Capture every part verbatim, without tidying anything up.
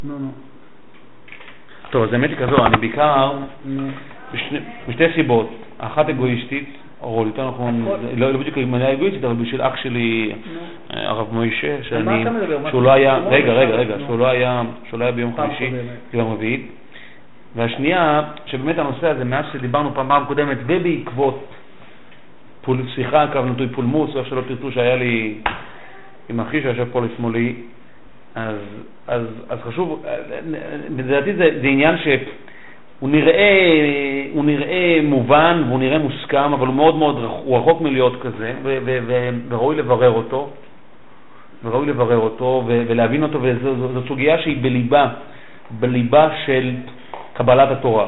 נו, נו. טוב, אז האמת היא כזו, אני בעיקר בשתי סיבות. אחת אגואיסטית, או יותר נכון, לא בדיוק מלאה אגואיסטית, אבל בשביל אח שלי, הרב מוישה, שאני, שהוא לא היה, רגע, רגע, רגע, שהוא לא היה, שהוא לא היה ביום חמישי, ביום רביעי. והשנייה, שבאמת הנושא הזה, מאז שדיברנו פעם פעם קודמת, ובעקבות שיחה, קו נטוי פולמוס, או איך שלא תרצו שהיה לי עם אחי שיושב פה לשמאלי, אז, אז, אז חשוב, לדעתי זה, זה עניין שהוא נראה, הוא נראה מובן, והוא נראה מוסכם, אבל הוא מאוד מאוד, הוא רחוק מלהיות כזה, ו, ו, ו, וראוי לברר אותו, וראוי לברר אותו, ו, ולהבין אותו, וזו סוגיה שהיא בליבה, בליבה של קבלת התורה.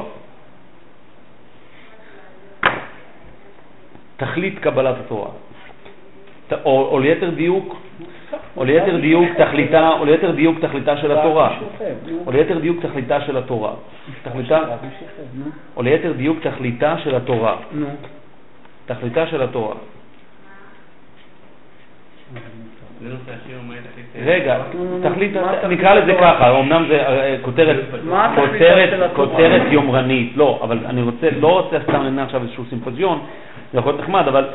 תכלית קבלת התורה. או, או ליתר דיוק, או ליתר דיוק תכליתה, או ליתר דיוק תכליתה של התורה. או ליתר דיוק תכליתה של התורה. תכליתה, או ליתר דיוק תכליתה של התורה. תכליתה של התורה. רגע, תכלית, נקרא לזה ככה, אמנם זה כותרת, כותרת, כותרת יומרנית, לא, אבל אני רוצה, לא רוצה סתם לנהל עכשיו איזשהו סימפוזיון, זה יכול להיות נחמד, אבל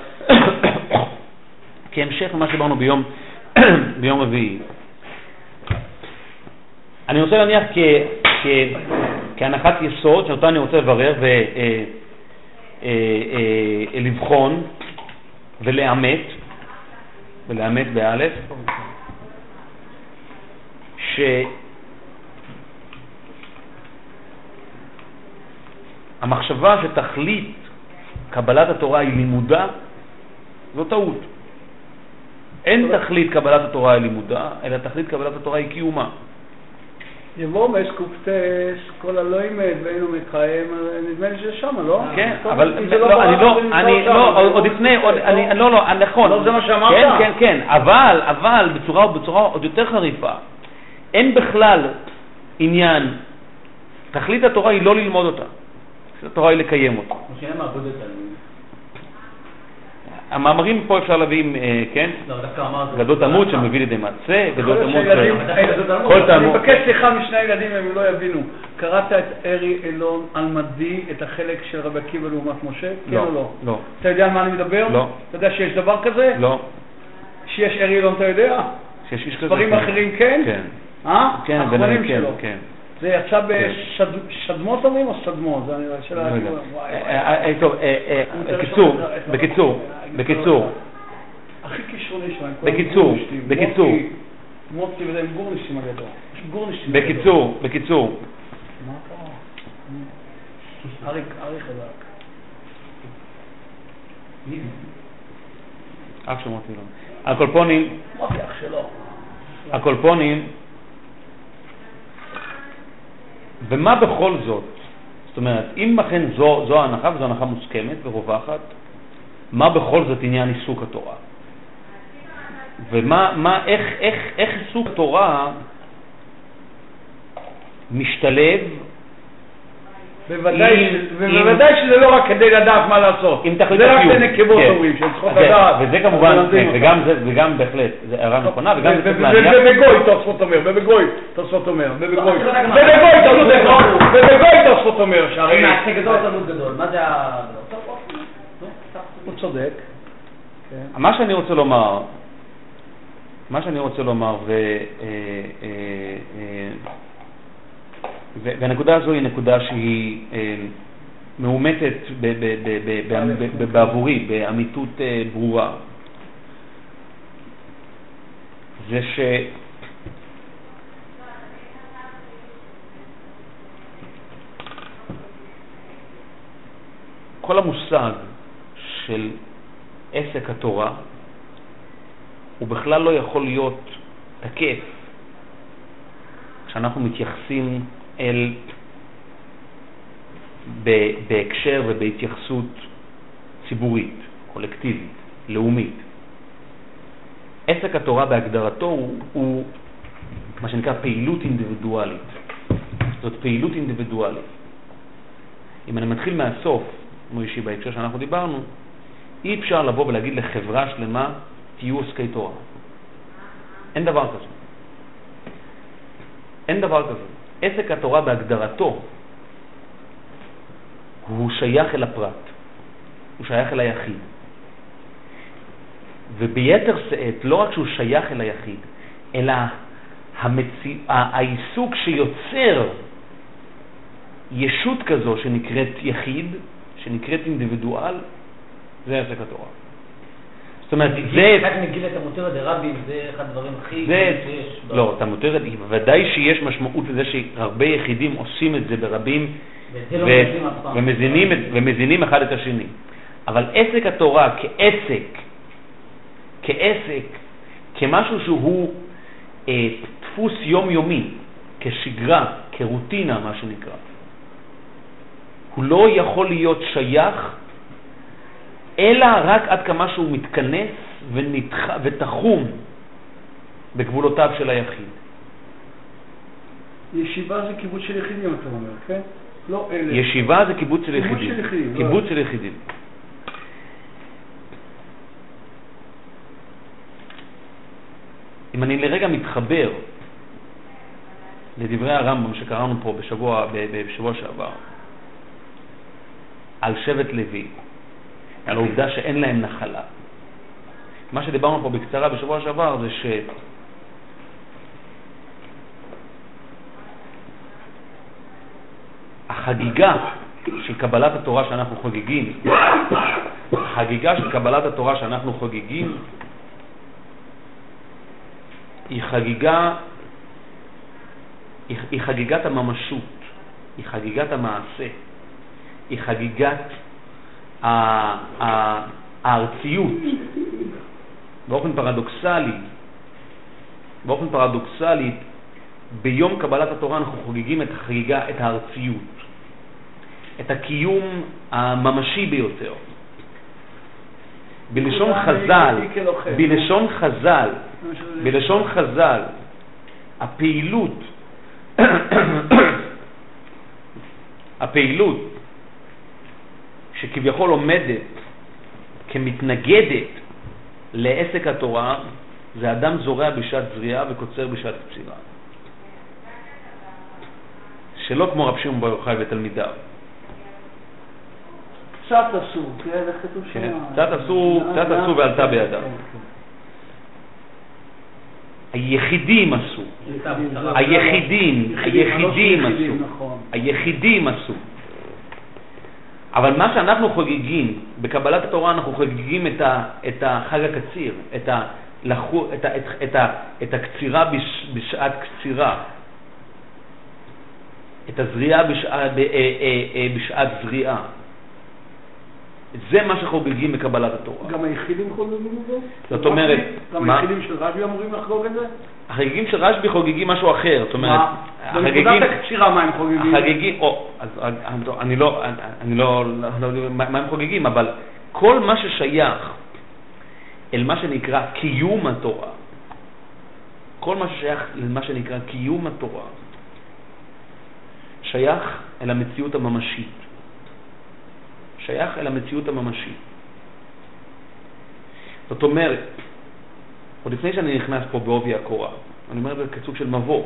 כהמשך למה שדיברנו ביום, ביום רביעי. אני רוצה להניח כ, כ, כהנחת יסוד, שאותה אני רוצה לברר ולבחון ולאמת, ולאמת באלף, שהמחשבה שתכלית קבלת התורה היא לימודה, זו טעות. אין תכלית קבלת התורה היא לימודה, אלא תכלית קבלת התורה היא קיומה. יבוא משקופטס, כל הלא ימד ואינו מתחיים, נדמה לי ששם, לא? כן, אבל אני לא, אני לא, עוד לפני, אני לא, לא, נכון. לא זה מה שאמרת? כן, כן, כן, אבל, אבל, בצורה בצורה עוד יותר חריפה, אין בכלל עניין, תכלית התורה היא לא ללמוד אותה, תכלית התורה היא לקיים אותה. שאין מעבוד את הלמוד. המאמרים פה אפשר להביא, כן? גדות עמוד שמביא לידי מעשה, גדות עמוד כל תעמוד. אני מבקש סליחה משני ילדים, הם לא יבינו. קראת את ארי אלון על מדי, את החלק של רבי עקיבא לעומת משה? כן או לא? לא. אתה יודע על מה אני מדבר? לא. אתה יודע שיש דבר כזה? לא. שיש ארי אלון, אתה יודע? שיש איש כזה? דברים אחרים כן? כן. אה? כן, האחרונים כן, שלו. כן. זה יצא בשדמות אומרים או שדמות? זה נראה שאלה... טוב, בקיצור, בקיצור, בקיצור. הכי כישרוני שלהם. בקיצור, בקיצור. מוצי וזה עם גורנישים על ידו. גורנישים. בקיצור, בקיצור. מה קרה? אריק, אריק חזק. אח של מוצי לא. הקולפונים. מוצי אח שלו. הקולפונים. ומה בכל זאת? זאת אומרת, אם אכן זו, זו ההנחה, וזו הנחה מוסכמת ורווחת, מה בכל זאת עניין עיסוק התורה? ומה, מה, איך, איך, איך עיסוק התורה משתלב? בוודאי, ובוודאי שזה לא רק כדי לדעת מה לעשות. זה רק לנקבות אומרים, שהם צריכות לדעת. וזה כמובן, וגם בהחלט, זה הערה נכונה, וגם זה צריך להניח. ובגוי תוספות אומר, ובגוי תוספות אומר, ובגוי תוספות אומר, שהרי... מעשה גדול, תלמוד גדול, מה זה ה... הוא צודק. מה שאני רוצה לומר, מה שאני רוצה לומר, ו... והנקודה הזו היא נקודה שהיא מאומתת בעבורי, באמיתות ברורה. זה ש... כל המושג של עסק התורה הוא בכלל לא יכול להיות תקף כשאנחנו מתייחסים אל בהקשר ובהתייחסות ציבורית, קולקטיבית, לאומית. עסק התורה בהגדרתו הוא, הוא מה שנקרא פעילות אינדיבידואלית. זאת פעילות אינדיבידואלית. אם אני מתחיל מהסוף, כמו אישי בהקשר שאנחנו דיברנו, אי אפשר לבוא ולהגיד לחברה שלמה, תהיו עוסקי תורה. אין דבר כזה. אין דבר כזה. עסק התורה בהגדרתו הוא שייך אל הפרט, הוא שייך אל היחיד. וביתר שאת, לא רק שהוא שייך אל היחיד, אלא המציא, העיסוק שיוצר ישות כזו שנקראת יחיד, שנקראת אינדיבידואל, זה עסק התורה. זאת אומרת, זה... רק נגיד את המותרת דרבים, זה אחד הדברים הכי... שיש... לא, את המותרת, ודאי שיש משמעות לזה שהרבה יחידים עושים את זה ברבים, ומזינים אחד את השני. אבל עסק התורה כעסק, כעסק, כמשהו שהוא אה, דפוס יומיומי, כשגרה, כרוטינה, מה שנקרא, הוא לא יכול להיות שייך, אלא רק עד כמה שהוא מתכנס ונתח... ותחום בגבולותיו של היחיד. ישיבה זה קיבוץ של יחידים, אתה אומר, כן? לא אלה. ישיבה זה קיבוץ של יחידים. קיבוץ של יחידים. קיבוץ של יחידים. אם אני לרגע מתחבר לדברי הרמב"ם שקראנו פה בשבוע, בשבוע שעבר, על שבט לוי, על העובדה שאין להם נחלה. מה שדיברנו פה בקצרה בשבוע שעבר זה ש... החגיגה של קבלת התורה שאנחנו חוגגים, החגיגה של קבלת התורה שאנחנו חוגגים, היא חגיגה, היא, היא חגיגת הממשות, היא חגיגת המעשה, היא חגיגת הארציות. באופן פרדוקסלי, באופן פרדוקסלי, ביום קבלת התורה אנחנו חוגגים את החגיגה, את הארציות, את הקיום הממשי ביותר. בלשון חז"ל, בלשון חז"ל, בלשון חז"ל, הפעילות, הפעילות שכביכול עומדת כמתנגדת לעסק התורה, זה אדם זורע בשעת זריעה וקוצר בשעת קצירה. שלא כמו רב שמעון בר יוחאי ותלמידיו. קצת עשו, תראה איך כתוב שם. קצת עשו, קצת עשו ועלתה בידם. היחידים עשו. היחידים, היחידים עשו. היחידים עשו. אבל מה שאנחנו חוגגים, בקבלת התורה אנחנו חוגגים את, ה, את החג הקציר, את, ה, לחו, את, ה, את, את, ה, את הקצירה בש, בשעת קצירה, את הזריעה בשעת, בשעת זריעה. זה מה שחוגגים בקבלת התורה. גם היחידים חוגגים את זה? זאת אומרת, גם היחידים של רשב"י אמורים לחגוג את זה? החגיגים של רשב"י חוגגים משהו אחר. זאת אומרת, בנקודת הקצירה מה הם חוגגים? החגיגים, או, אז אני לא, אני לא, מה הם חוגגים, אבל כל מה ששייך אל מה שנקרא קיום התורה, כל מה ששייך למה שנקרא קיום התורה, שייך אל המציאות הממשית. שייך אל המציאות הממשית. זאת אומרת, עוד לפני שאני נכנס פה בעובי הקורה, אני אומר את זה כסוג של מבוא,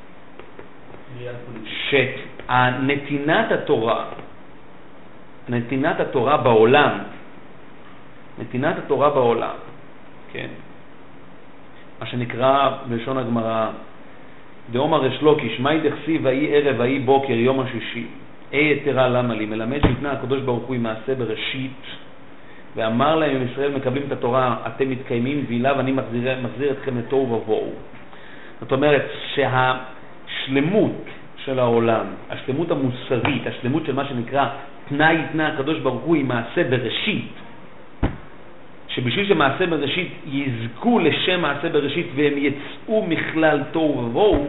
שנתינת התורה, נתינת התורה בעולם, נתינת התורה בעולם, כן, מה שנקרא בלשון הגמרא, דאמר ריש לוקיש, מאי דכסיב ויהי ערב ויהי בוקר יום השישי, אי יתרה למה לי, מלמד שניתנה הקדוש ברוך הוא מעשה בראשית, ואמר להם, אם ישראל מקבלים את התורה, אתם מתקיימים, ואליו אני מחזיר, מחזיר אתכם לתוהו ובוהו. זאת אומרת שהשלמות של העולם, השלמות המוסרית, השלמות של מה שנקרא תנאי תנאי הקדוש ברוך הוא, היא מעשה בראשית, שבשביל שמעשה בראשית יזכו לשם מעשה בראשית והם יצאו מכלל תוהו ובוהו,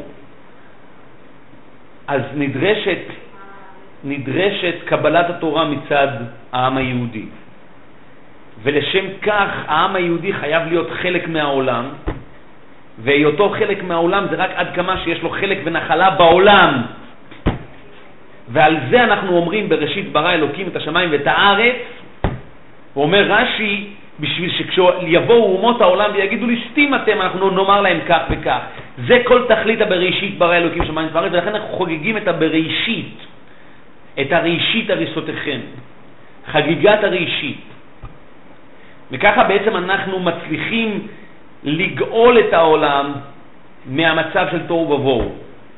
אז נדרשת נדרשת קבלת התורה מצד העם היהודי. ולשם כך העם היהודי חייב להיות חלק מהעולם, והיותו חלק מהעולם זה רק עד כמה שיש לו חלק ונחלה בעולם. ועל זה אנחנו אומרים בראשית ברא אלוקים את השמיים ואת הארץ. הוא אומר רש"י, בשביל שכשיבואו אומות העולם ויגידו לי סתים אתם, אנחנו נאמר להם כך וכך. זה כל תכלית הבראשית ברא אלוקים שמיים וארץ, ולכן אנחנו חוגגים את הבראשית, את הראשית הריסותיכם, חגיגת הראשית. וככה בעצם אנחנו מצליחים לגאול את העולם מהמצב של תוהו ובוהו.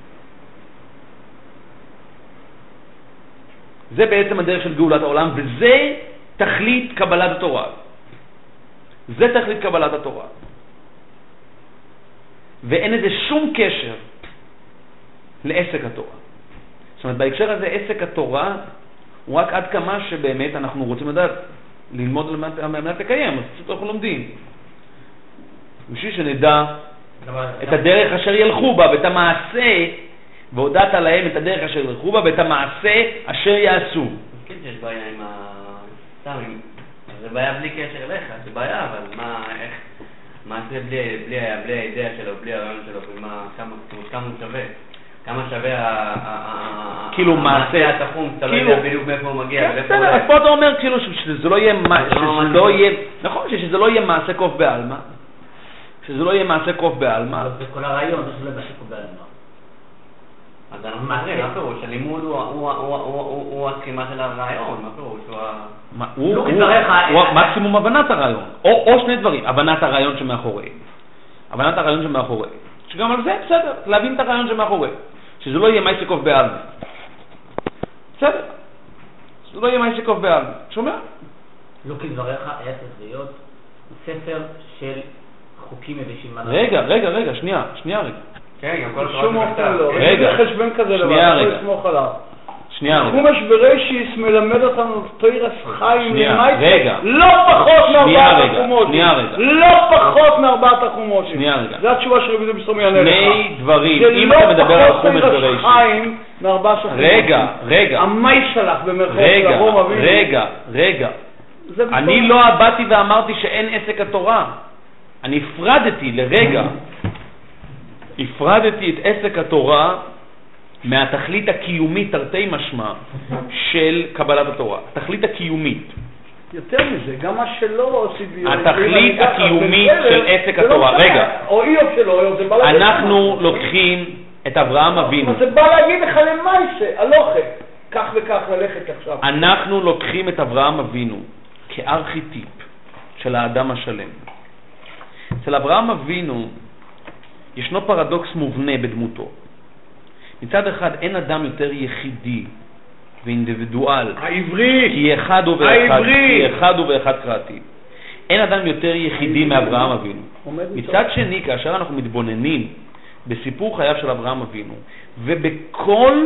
זה בעצם הדרך של גאולת העולם, וזה תכלית קבלת התורה. זה תכלית קבלת התורה. ואין לזה שום קשר לעסק התורה. זאת אומרת, בהקשר הזה עסק התורה הוא רק עד כמה שבאמת אנחנו רוצים לדעת ללמוד על מנת לקיים, אז פשוט אנחנו לומדים. בשביל שנדע את הדרך אשר ילכו בה ואת המעשה, והודעת להם את הדרך אשר ילכו בה ואת המעשה אשר יעשו. כן, יש בעיה עם ה... סתם, זה בעיה בלי קשר אליך, זה בעיה, אבל מה, איך, מה זה בלי, בלי, בלי האידאה שלו, בלי הרעיון שלו, ומה, כמה, כמה הוא שווה, כמה שווה ה... כאילו מעשה התחום, אתה לא יודע בדיוק מאיפה הוא מגיע, ולאיפה הוא... אז פה אתה אומר כאילו שזה לא יהיה, שזה לא יהיה, נכון, שזה לא יהיה מעשה קוף בעלמא, שזה לא יהיה מעשה קוף בעלמא. זה כל הרעיון, זה שלא יהיה מעשה קוף בעלמא. אז אנחנו מעשים, מה פירוש? הלימוד הוא התחימה של הרעיון, מה פירוש? הוא מקסימום הבנת הרעיון, או שני דברים, הבנת הרעיון שמאחורי, הבנת הרעיון שמאחורי, שגם על זה בסדר, להבין את הרעיון שמאחורי, שזה לא יהיה מעשה קוף בעלמא. בסדר, שזה לא יהיה מעשה קוף בעלמא. שומע? לא כדבריך היה צריך להיות ספר של חוקים יבשים. רגע, רגע, רגע, שנייה, שנייה רגע. כן, גם כל שום אופן לא. רגע, יש חשבון כזה לבד, שנייה לא רגע. לסמוך עליו. שנייה רגע. חומש בראשיס מלמד אותנו תוירס חיים למעשה. רגע. לא פחות מארבעת החומות. שנייה רגע. לא פחות מארבעת החומות. שנייה רגע. זה התשובה של רבי דוד יענה לך. שני דברים. אם אתה מדבר על חומש בראשיס. זה לא פחות חיים מארבעת החומות. רגע, רגע. המי שלח במרכאות רגע, לרום אבינו. רגע, רגע. אני לא באתי ואמרתי שאין עסק התורה. אני הפרדתי לרגע. הפרדתי את עסק התורה מהתכלית הקיומית תרתי משמע של קבלת התורה. התכלית הקיומית. יותר מזה, גם מה שלא סביון. התכלית הקיומית של עסק התורה. רגע. או איוב שלו, זה בא להגיד. אנחנו לוקחים את אברהם אבינו. זה בא להגיד לך למעשה, הלוכה. כך וכך ללכת עכשיו. אנחנו לוקחים את אברהם אבינו כארכיטיפ של האדם השלם. אצל אברהם אבינו ישנו פרדוקס מובנה בדמותו. מצד אחד אין אדם יותר יחידי ואינדיבידואל. העברי. כי אחד הוא ואחד, כי אחד הוא ואחד קראתי. אין אדם יותר יחידי מאברהם אבינו. מצד שני, כאשר אנחנו מתבוננים בסיפור חייו של אברהם אבינו, ובכל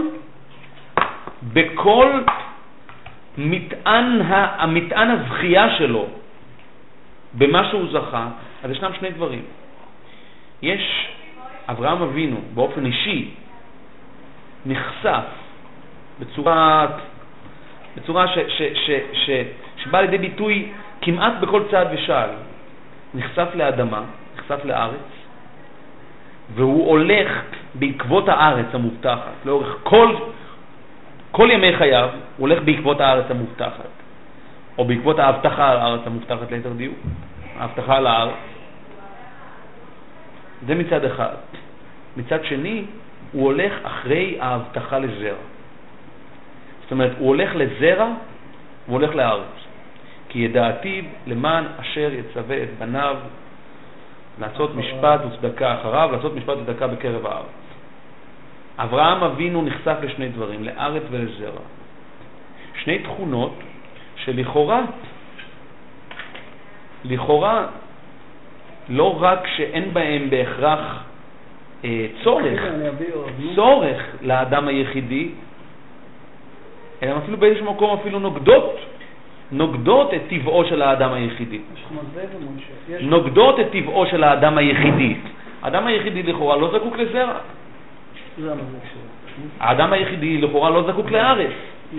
בכל מטען, המטען הזכייה שלו במה שהוא זכה, אז ישנם שני דברים. יש אברהם אבינו באופן אישי נחשף בצורה בצורה ש, ש, ש, ש, שבא לידי ביטוי כמעט בכל צעד ושעל. נחשף לאדמה, נחשף לארץ, והוא הולך בעקבות הארץ המובטחת. לאורך כל כל ימי חייו הוא הולך בעקבות הארץ המובטחת, או בעקבות ההבטחה על הארץ המובטחת ליתר דיוק, ההבטחה על הארץ. זה מצד אחד. מצד שני, הוא הולך אחרי ההבטחה לזרע. זאת אומרת, הוא הולך לזרע, הוא הולך לארץ. כי ידעתיו למען אשר יצווה את בניו לעשות משפט וצדקה אחריו, לעשות משפט וצדקה בקרב הארץ. אברהם אבינו נחשף לשני דברים, לארץ ולזרע. שני תכונות שלכאורה, לכאורה, לא רק שאין בהם בהכרח אה, צורך, צורך לאדם היחידי, אלא אפילו באיזשהו מקום אפילו נוגדות, נוגדות את טבעו של האדם היחידי. נוגדות את טבעו של האדם היחידי. האדם היחידי לכאורה לא זקוק לזרע. האדם היחידי לכאורה לא זקוק לארץ.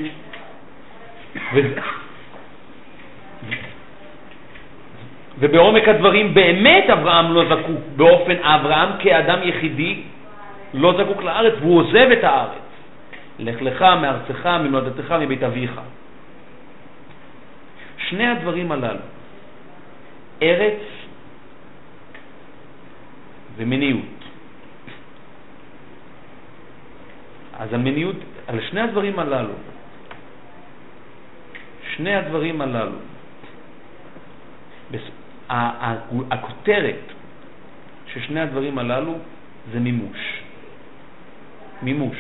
ובעומק הדברים באמת אברהם לא זקוק, באופן אברהם כאדם יחידי לא זקוק לארץ, והוא עוזב את הארץ. לך לך מארצך, ממולדתך, מבית אביך. שני הדברים הללו, ארץ ומיניות, אז המיניות, על שני הדברים הללו, שני הדברים הללו, הכותרת של שני הדברים הללו זה מימוש. מימוש.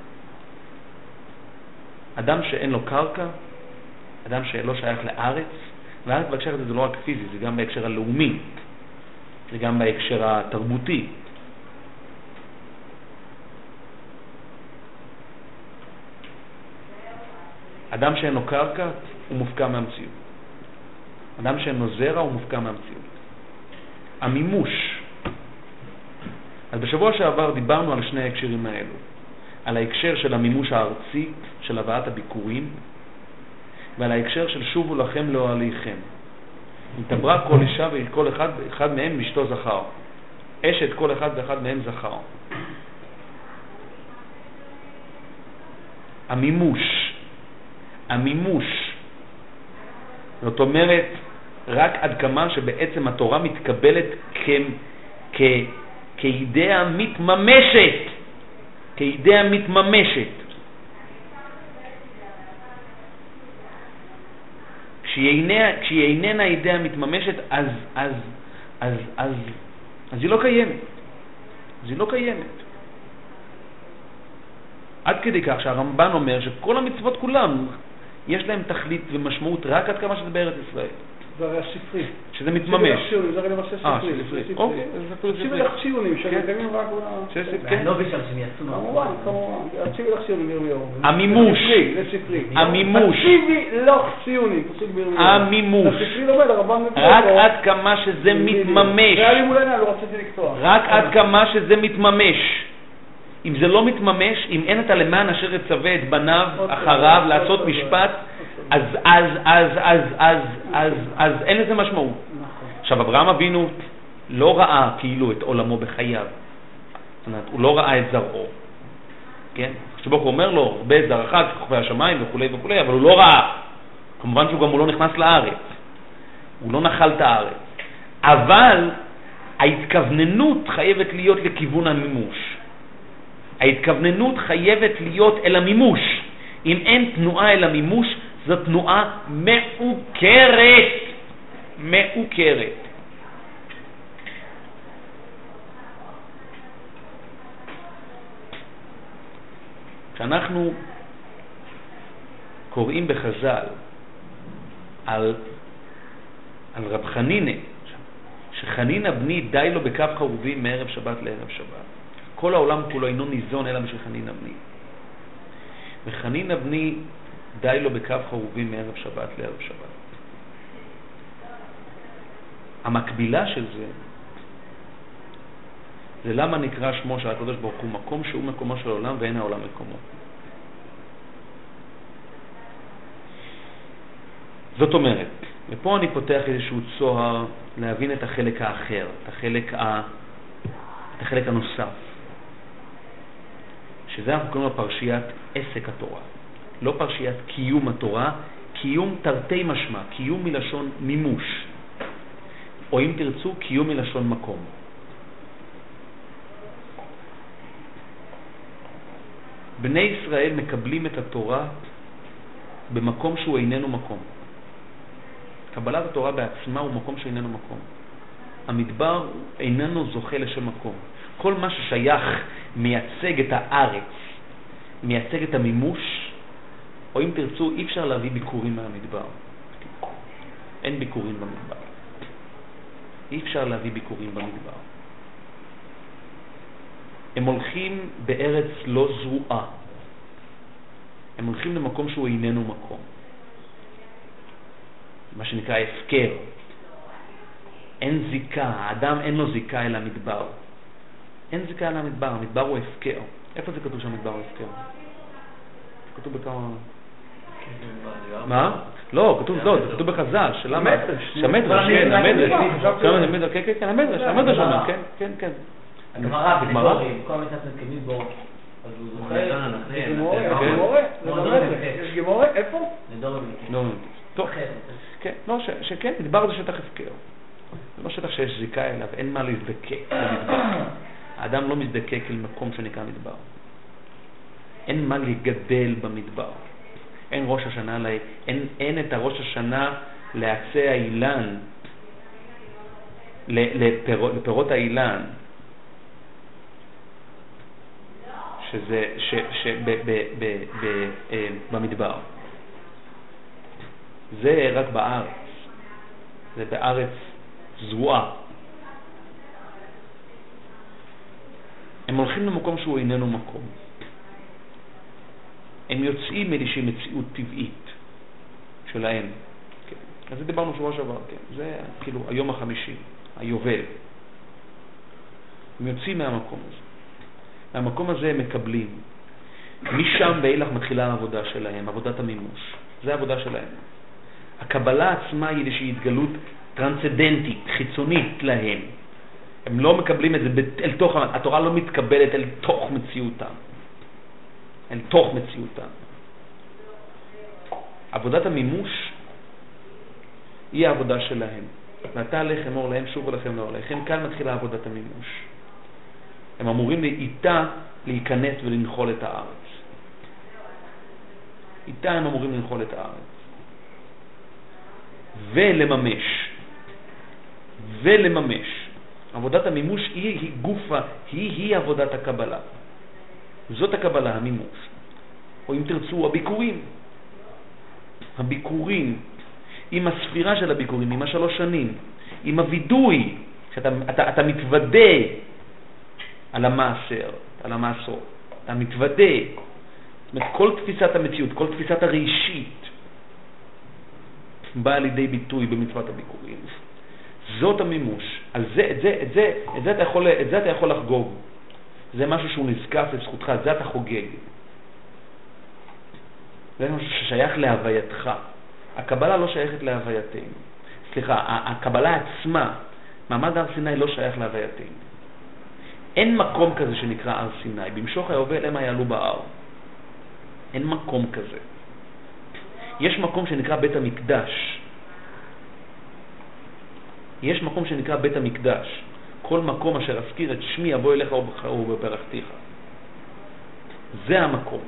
אדם שאין לו קרקע, אדם שלא שייך לארץ, והארץ בהקשר הזה זה לא רק פיזי, זה גם בהקשר הלאומי, זה גם בהקשר התרבותי. אדם שאין לו קרקע הוא מופקע מהמציאות. אדם שאין לו זרע הוא מופקע מהמציאות. המימוש. אז בשבוע שעבר דיברנו על שני ההקשרים האלו. על ההקשר של המימוש הארצי, של הבאת הביקורים, ועל ההקשר של שובו לכם לאוהליכם. תברא כל אישה וכל אחד, אחד מהם משתו זכר. אשת כל אחד ואחד מהם זכר. המימוש. המימוש. זאת אומרת, רק עד כמה שבעצם התורה מתקבלת כ, כ, כאידאה מתממשת. כאידאה מתממשת. כשהיא איננה אידאה מתממשת, אז, אז, אז, אז, אז היא לא קיימת. אז היא לא קיימת. עד כדי כך שהרמב"ן אומר שכל המצוות כולם, יש להם תכלית ומשמעות רק עד כמה שזה בארץ ישראל. זה הרי הספרי. שזה מתממש. זה הרי למעשה ספרי. אה, ספרי. אוקיי, זה אפילו ספרי. הציבי לך ציונים שקיימים רק... והנובי שם שהם יצאו. כמובן, כמובן. הציבי לך ציונים ירמיהו. המימוש. זה ספרי. המימוש. הציבי לך ציונים. פסוק בירמיהו. המימוש. הספרי לומד, הרמב"ן מביא רק אותו. עד כמה שזה מתממש. זה היה לי מולנה, לא רציתי לקטוע. רק עד כמה שזה מתממש. אם זה לא מתממש, אם אין את הלמען אשר יצווה את בניו אחריו לעשות משפט, אז אז אז אז אז אז אז אין לזה משמעות. עכשיו אברהם אבינו לא ראה כאילו את עולמו בחייו. זאת אומרת, הוא לא ראה את זרעו. כן? שבו הוא אומר לו, הרבה זרעך ככוכבי השמיים וכולי וכולי, אבל הוא לא ראה. כמובן שהוא גם הוא לא נכנס לארץ. הוא לא נחל את הארץ. אבל ההתכווננות חייבת להיות לכיוון המימוש. ההתכווננות חייבת להיות אל המימוש. אם אין תנועה אל המימוש, זו תנועה מעוקרת. מעוקרת. כשאנחנו קוראים בחז"ל על, על רב חנינא, שחנינא בני די לו בקו חרובים מערב שבת לערב שבת. כל העולם כולו אינו ניזון אלא משל חנינא בני. וחנינא בני די לו בקו חרובים מערב שבת לערב שבת. המקבילה של זה, זה למה נקרא שמו של הקדוש ברוך הוא מקום שהוא מקומו של העולם ואין העולם מקומו. זאת אומרת, ופה אני פותח איזשהו צוהר להבין את החלק האחר, את החלק, ה... את החלק הנוסף. שזה אנחנו קוראים לו פרשיית עסק התורה. לא פרשיית קיום התורה, קיום תרתי משמע, קיום מלשון מימוש. או אם תרצו, קיום מלשון מקום. בני ישראל מקבלים את התורה במקום שהוא איננו מקום. קבלת התורה בעצמה הוא מקום שאיננו מקום. המדבר איננו זוכה לשם מקום. כל מה ששייך מייצג את הארץ, מייצג את המימוש, או אם תרצו, אי אפשר להביא ביקורים מהמדבר. אין ביקורים במדבר. אי אפשר להביא ביקורים במדבר. הם הולכים בארץ לא זרועה. הם הולכים למקום שהוא איננו מקום. מה שנקרא הפקר. אין זיקה, האדם אין לו זיקה אל המדבר. אין זיקה אל המדבר, המדבר הוא הפקר. איפה זה כתוב שהמדבר הוא הפקר? כתוב בכמה... מה? לא, כתוב לא, זה כתוב בחז"ל, שלמה? שהמדרש, כן, המדרש. כן, כן, כן, המדרש, המדרש אומר, כן, כן, כן. הגמרא, בדיבורים, כל המצאת מתקיימים בו. אז הוא זוכר... יש גמורה, יש גמורה, איפה? לדורם. טוב, כן, לא, שכן, מדבר זה שטח הפקר. זה לא שטח שיש זיקה אליו, אין מה להזדקק למדבר. האדם לא מזדקק אל מקום שנקרא מדבר. אין מה לגדל במדבר. אין ראש השנה, אין, אין את הראש השנה לעצי האילן, לפיר, לפירות האילן, שזה, ש, ש, ב, ב, ב, ב, ב, במדבר. זה רק בארץ. זה בארץ זרועה. הם הולכים למקום שהוא איננו מקום. הם יוצאים מאיזושהי מציאות טבעית שלהם. כן. אז זה דיברנו שבוע שעבר, כן. זה כאילו היום החמישי, היובל. הם יוצאים מהמקום הזה. מהמקום הזה הם מקבלים. משם ואילך מתחילה העבודה שלהם, עבודת המימוש. זה העבודה שלהם. הקבלה עצמה היא איזושהי התגלות טרנסצנדנטית, חיצונית להם. הם לא מקבלים את זה אל תוך, התורה לא מתקבלת אל תוך מציאותם. אל תוך מציאותם. עבודת המימוש היא העבודה שלהם. ואתה עליך אמור להם, שוב עליכם לא עליכם. כאן מתחילה עבודת המימוש. הם אמורים איתה להיכנס ולנחול את הארץ. איתה הם אמורים לנחול את הארץ. ולממש. ולממש. עבודת המימוש היא, היא גופה, היא, היא עבודת הקבלה. זאת הקבלה, המימוש. או אם תרצו, הביקורים. הביקורים, עם הספירה של הביקורים, עם השלוש שנים, עם הוידוי, שאתה אתה, אתה מתוודה על המעשר, על המעשר. אתה מתוודה. זאת אומרת, כל תפיסת המציאות, כל תפיסת הראשית, באה לידי ביטוי במצוות הביקורים. זאת המימוש. על זה, את זה, את זה, את זה אתה יכול, את זה אתה יכול לחגוג. זה משהו שהוא נזקף לזכותך, זה אתה חוגג. זה משהו ששייך להווייתך. הקבלה לא שייכת להווייתנו. סליחה, הקבלה עצמה, מעמד הר סיני לא שייך להווייתנו. אין מקום כזה שנקרא הר סיני. במשוך היובל הם יעלו בהר. אין מקום כזה. יש מקום שנקרא בית המקדש. יש מקום שנקרא בית המקדש. כל מקום אשר אזכיר את שמי יבוא אליך ובברכתיך. זה המקום.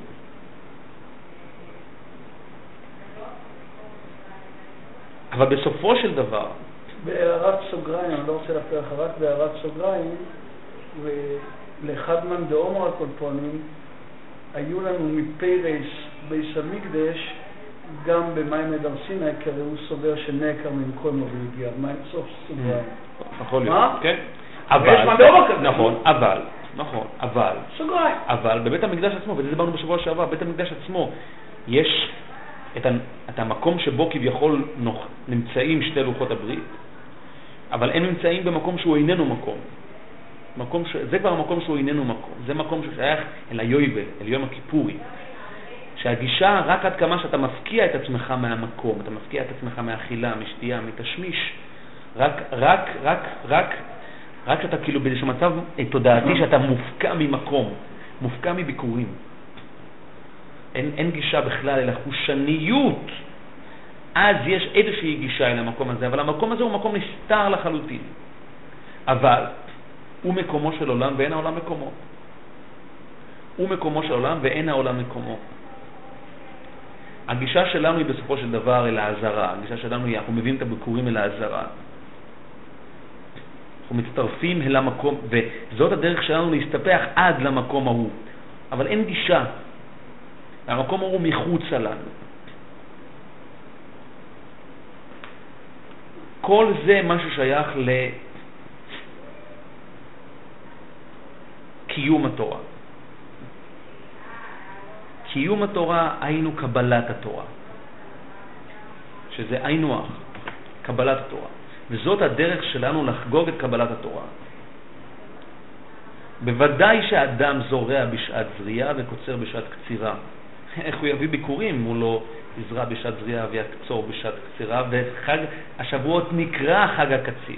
אבל בסופו של דבר, בהערת סוגריים, אני לא רוצה להפריע לך, רק בהערת סוגריים, ולחדמן דאומר הקולפונים, היו לנו מפרס ביס המקדש, גם במים הר סיני, כי הוא סובר שנעקר ממקום לא הגיע. מה אין סוף סוגריים? יכול להיות, כן. יש מה דאומר כזה. נכון, אבל, נכון, אבל. סוגריים. אבל בבית המקדש עצמו, וזה דיברנו בשבוע שעבר, בבית המקדש עצמו, יש את, את המקום שבו כביכול נוח, נמצאים שתי לוחות הברית, אבל הם נמצאים במקום שהוא איננו מקום. מקום ש... זה כבר המקום שהוא איננו מקום. זה מקום ששייך אל היובל, אל יום הכיפורי. שהגישה רק עד כמה שאתה מפקיע את עצמך מהמקום, אתה מפקיע את עצמך מהאכילה, משתייה, מתשמיש, רק, רק, רק, רק, רק שאתה כאילו באיזשהו מצב תודעתי שאתה מופקע ממקום, מופקע מביקורים. אין, אין גישה בכלל אל החושניות. אז יש איזושהי גישה אל המקום הזה, אבל המקום הזה הוא מקום נסתר לחלוטין. אבל הוא מקומו של עולם ואין העולם מקומו. הוא מקומו של עולם ואין העולם מקומו. הגישה שלנו היא בסופו של דבר אל העזרה. הגישה שלנו היא, אנחנו מביאים את הביקורים אל העזרה. אנחנו מצטרפים אל המקום, וזאת הדרך שלנו להסתפח עד למקום ההוא. אבל אין גישה. המקום ההוא מחוץ לנו. כל זה משהו שייך לקיום התורה. קיום התורה היינו קבלת התורה. שזה היינו אח, קבלת התורה. וזאת הדרך שלנו לחגוג את קבלת התורה. בוודאי שאדם זורע בשעת זריעה וקוצר בשעת קצירה. איך הוא יביא ביקורים אם הוא לא יזרע בשעת זריעה ויקצור בשעת קצירה, וחג השבועות נקרא חג הקציר.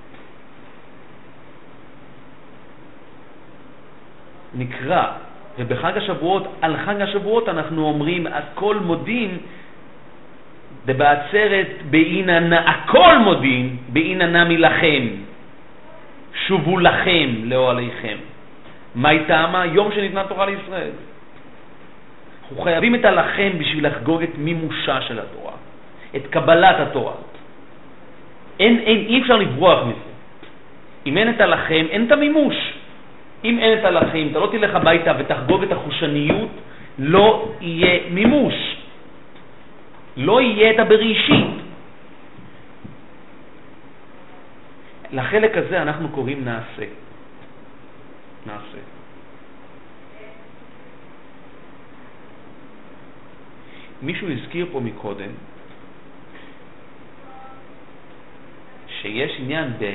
נקרא. ובחג השבועות, על חג השבועות אנחנו אומרים, הכל מודים, ובעצרת בעיננה, הכל מודים, בעיננה מלכם, שובו לכם לאוהליכם. מה טעמה? יום שניתנה תורה לישראל. אנחנו חייבים את הלחם בשביל לחגוג את מימושה של התורה, את קבלת התורה. אין, אין, אי אפשר לברוח מזה. אם אין את הלחם, אין את המימוש. אם אין את הלחם, אתה לא תלך הביתה ותחגוג את החושניות, לא יהיה מימוש. לא יהיה את הבראשית. לחלק הזה אנחנו קוראים נעשה. נעשה. מישהו הזכיר פה מקודם שיש עניין ב...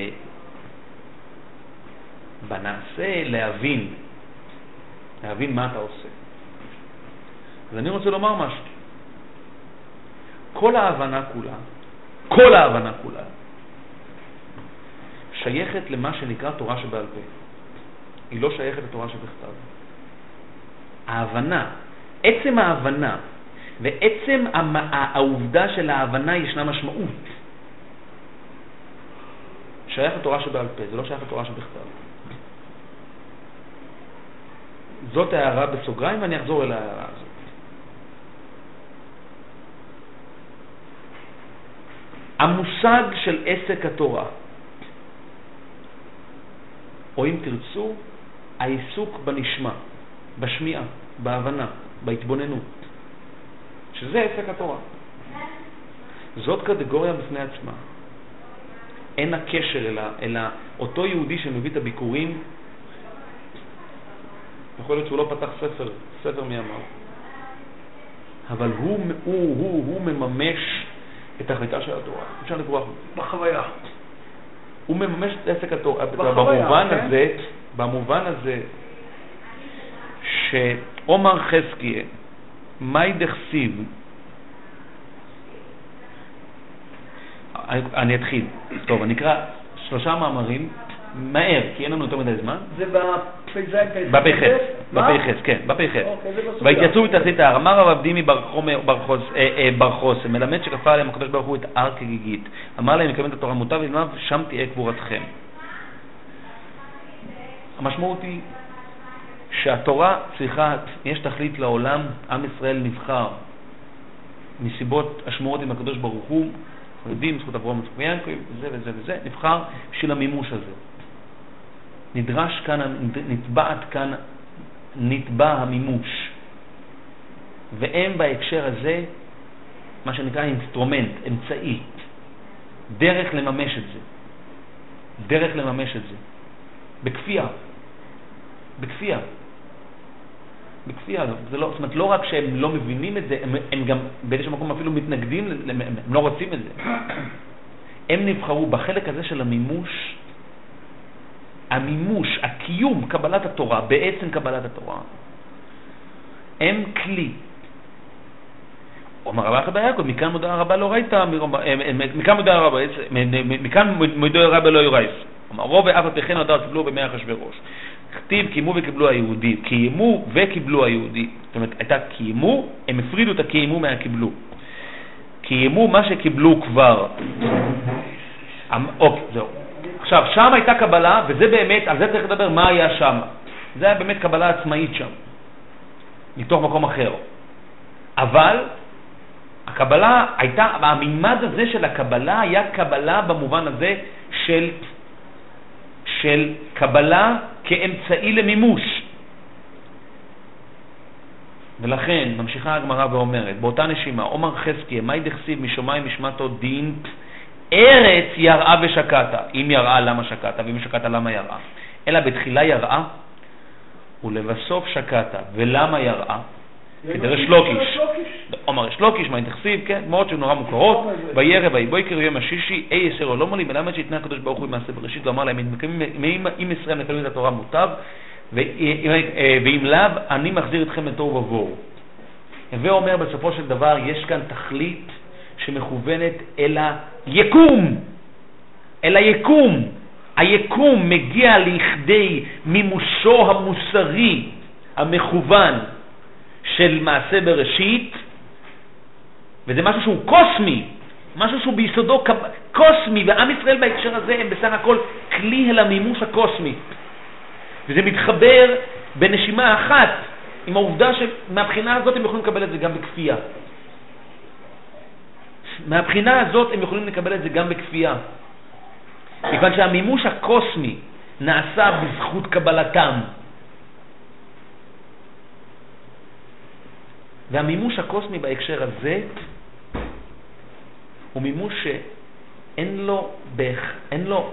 בנעשה להבין, להבין מה אתה עושה. אז אני רוצה לומר משהו. כל ההבנה כולה, כל ההבנה כולה, שייכת למה שנקרא תורה שבעל פה. היא לא שייכת לתורה שבכתב. ההבנה, עצם ההבנה, ועצם העובדה של ההבנה ישנה משמעות. שייך לתורה שבעל פה, זה לא שייך לתורה שבכתב. זאת הערה בסוגריים ואני אחזור אל ההערה הזאת. המושג של עסק התורה, או אם תרצו, העיסוק בנשמע, בשמיעה, בהבנה, בהתבוננות, שזה עסק התורה. זאת קטגוריה בפני עצמה. אין הקשר אלא, אלא אותו יהודי שמביא את הביקורים, יכול להיות שהוא לא פתח ספר, ספר מימיו, אבל הוא, הוא, הוא, הוא מממש את תכליתה של התורה. אפשר לברוח בחוויה. הוא מממש את עסק התורה. בחוויה, במובן כן? הזה, במובן הזה, שעומר חזקיה, מי דכסיב, אני, אני אתחיל. טוב, אני אקרא שלושה מאמרים, מהר, כי אין לנו יותר מדי זמן. זה בפ"ז, בפ"ח, בפ"ח, כן, בפ"ח. והתייצאו בתחתית ההר. אמר הרב דימי בר חוסם, מלמד שכפה עליהם הקדוש ברוך הוא את הר כגיגית. אמר להם, מקיימים את התורה מוטב ולמד, שם תהיה קבורתכם. המשמעות היא שהתורה צריכה, יש תכלית לעולם, עם ישראל נבחר מסיבות השמורות עם הקדוש ברוך הוא, אנחנו יודעים, זכות אברהם וזכות יעקב, וזה וזה וזה, נבחר בשביל המימוש הזה. נדרש כאן, נתבעת כאן, נתבע המימוש. והם בהקשר הזה, מה שנקרא אינסטרומנט, אמצעי, דרך לממש את זה. דרך לממש את זה. בכפייה. בכפייה. בכפייה. זה לא, זאת אומרת, לא רק שהם לא מבינים את זה, הם, הם גם באיזשהו מקום אפילו מתנגדים, הם, הם לא רוצים את זה. הם נבחרו בחלק הזה של המימוש, המימוש, הקיום, קבלת התורה, בעצם קבלת התורה, הם כלי. אומר רבי יחד יעקב, מכאן מודע הרבה לא ראית, מכאן מודע הרבה, מכאן מודע הרבה לא יורייס. אומר, רוב ואף התכן הודע קיבלו במאה אחשוורוש. כתיב קיימו וקיבלו היהודי, קיימו וקיבלו היהודי. זאת אומרת, הייתה קיימו, הם הפרידו את הקיימו מהקיבלו. קיימו מה שקיבלו כבר. אוקיי, זהו. עכשיו, שם הייתה קבלה, וזה באמת, על זה צריך לדבר מה היה שם. זה היה באמת קבלה עצמאית שם, מתוך מקום אחר. אבל הקבלה הייתה, המימד הזה של הקבלה היה קבלה במובן הזה של, של קבלה כאמצעי למימוש. ולכן ממשיכה הגמרא ואומרת, באותה נשימה, אומר חזקיה, מי דכסיב משומיים משמעתו דין, ארץ יראה ושקטה. אם יראה למה שקטה, ואם שקטה למה יראה. אלא בתחילה יראה ולבסוף שקטה. ולמה יראה? כדרש לוקיש. אומר יש לוקיש, מה תכסיב, כן, מאוד שנורא מוכרות. בירא ויבוקר יום השישי, אי יסרו לא מולים, מלמד שהתנה הקדוש ברוך הוא במעשה בראשית, ואמר להם, אם ישראל מקיימים את התורה מוטב, ואם לאו, אני מחזיר אתכם לתוהו ובוהו. ואומר בסופו של דבר, יש כאן תכלית שמכוונת אל היקום, אל היקום. היקום מגיע לכדי מימושו המוסרי, המכוון של מעשה בראשית, וזה משהו שהוא קוסמי, משהו שהוא ביסודו קוסמי, ועם ישראל בהקשר הזה הם בסך הכל כלי אל המימוש הקוסמי. וזה מתחבר בנשימה אחת עם העובדה שמהבחינה הזאת הם יכולים לקבל את זה גם בכפייה. מהבחינה הזאת הם יכולים לקבל את זה גם בכפייה. מכיוון שהמימוש הקוסמי נעשה בזכות קבלתם. והמימוש הקוסמי בהקשר הזה הוא מימוש שאין לו, באח, אין לו,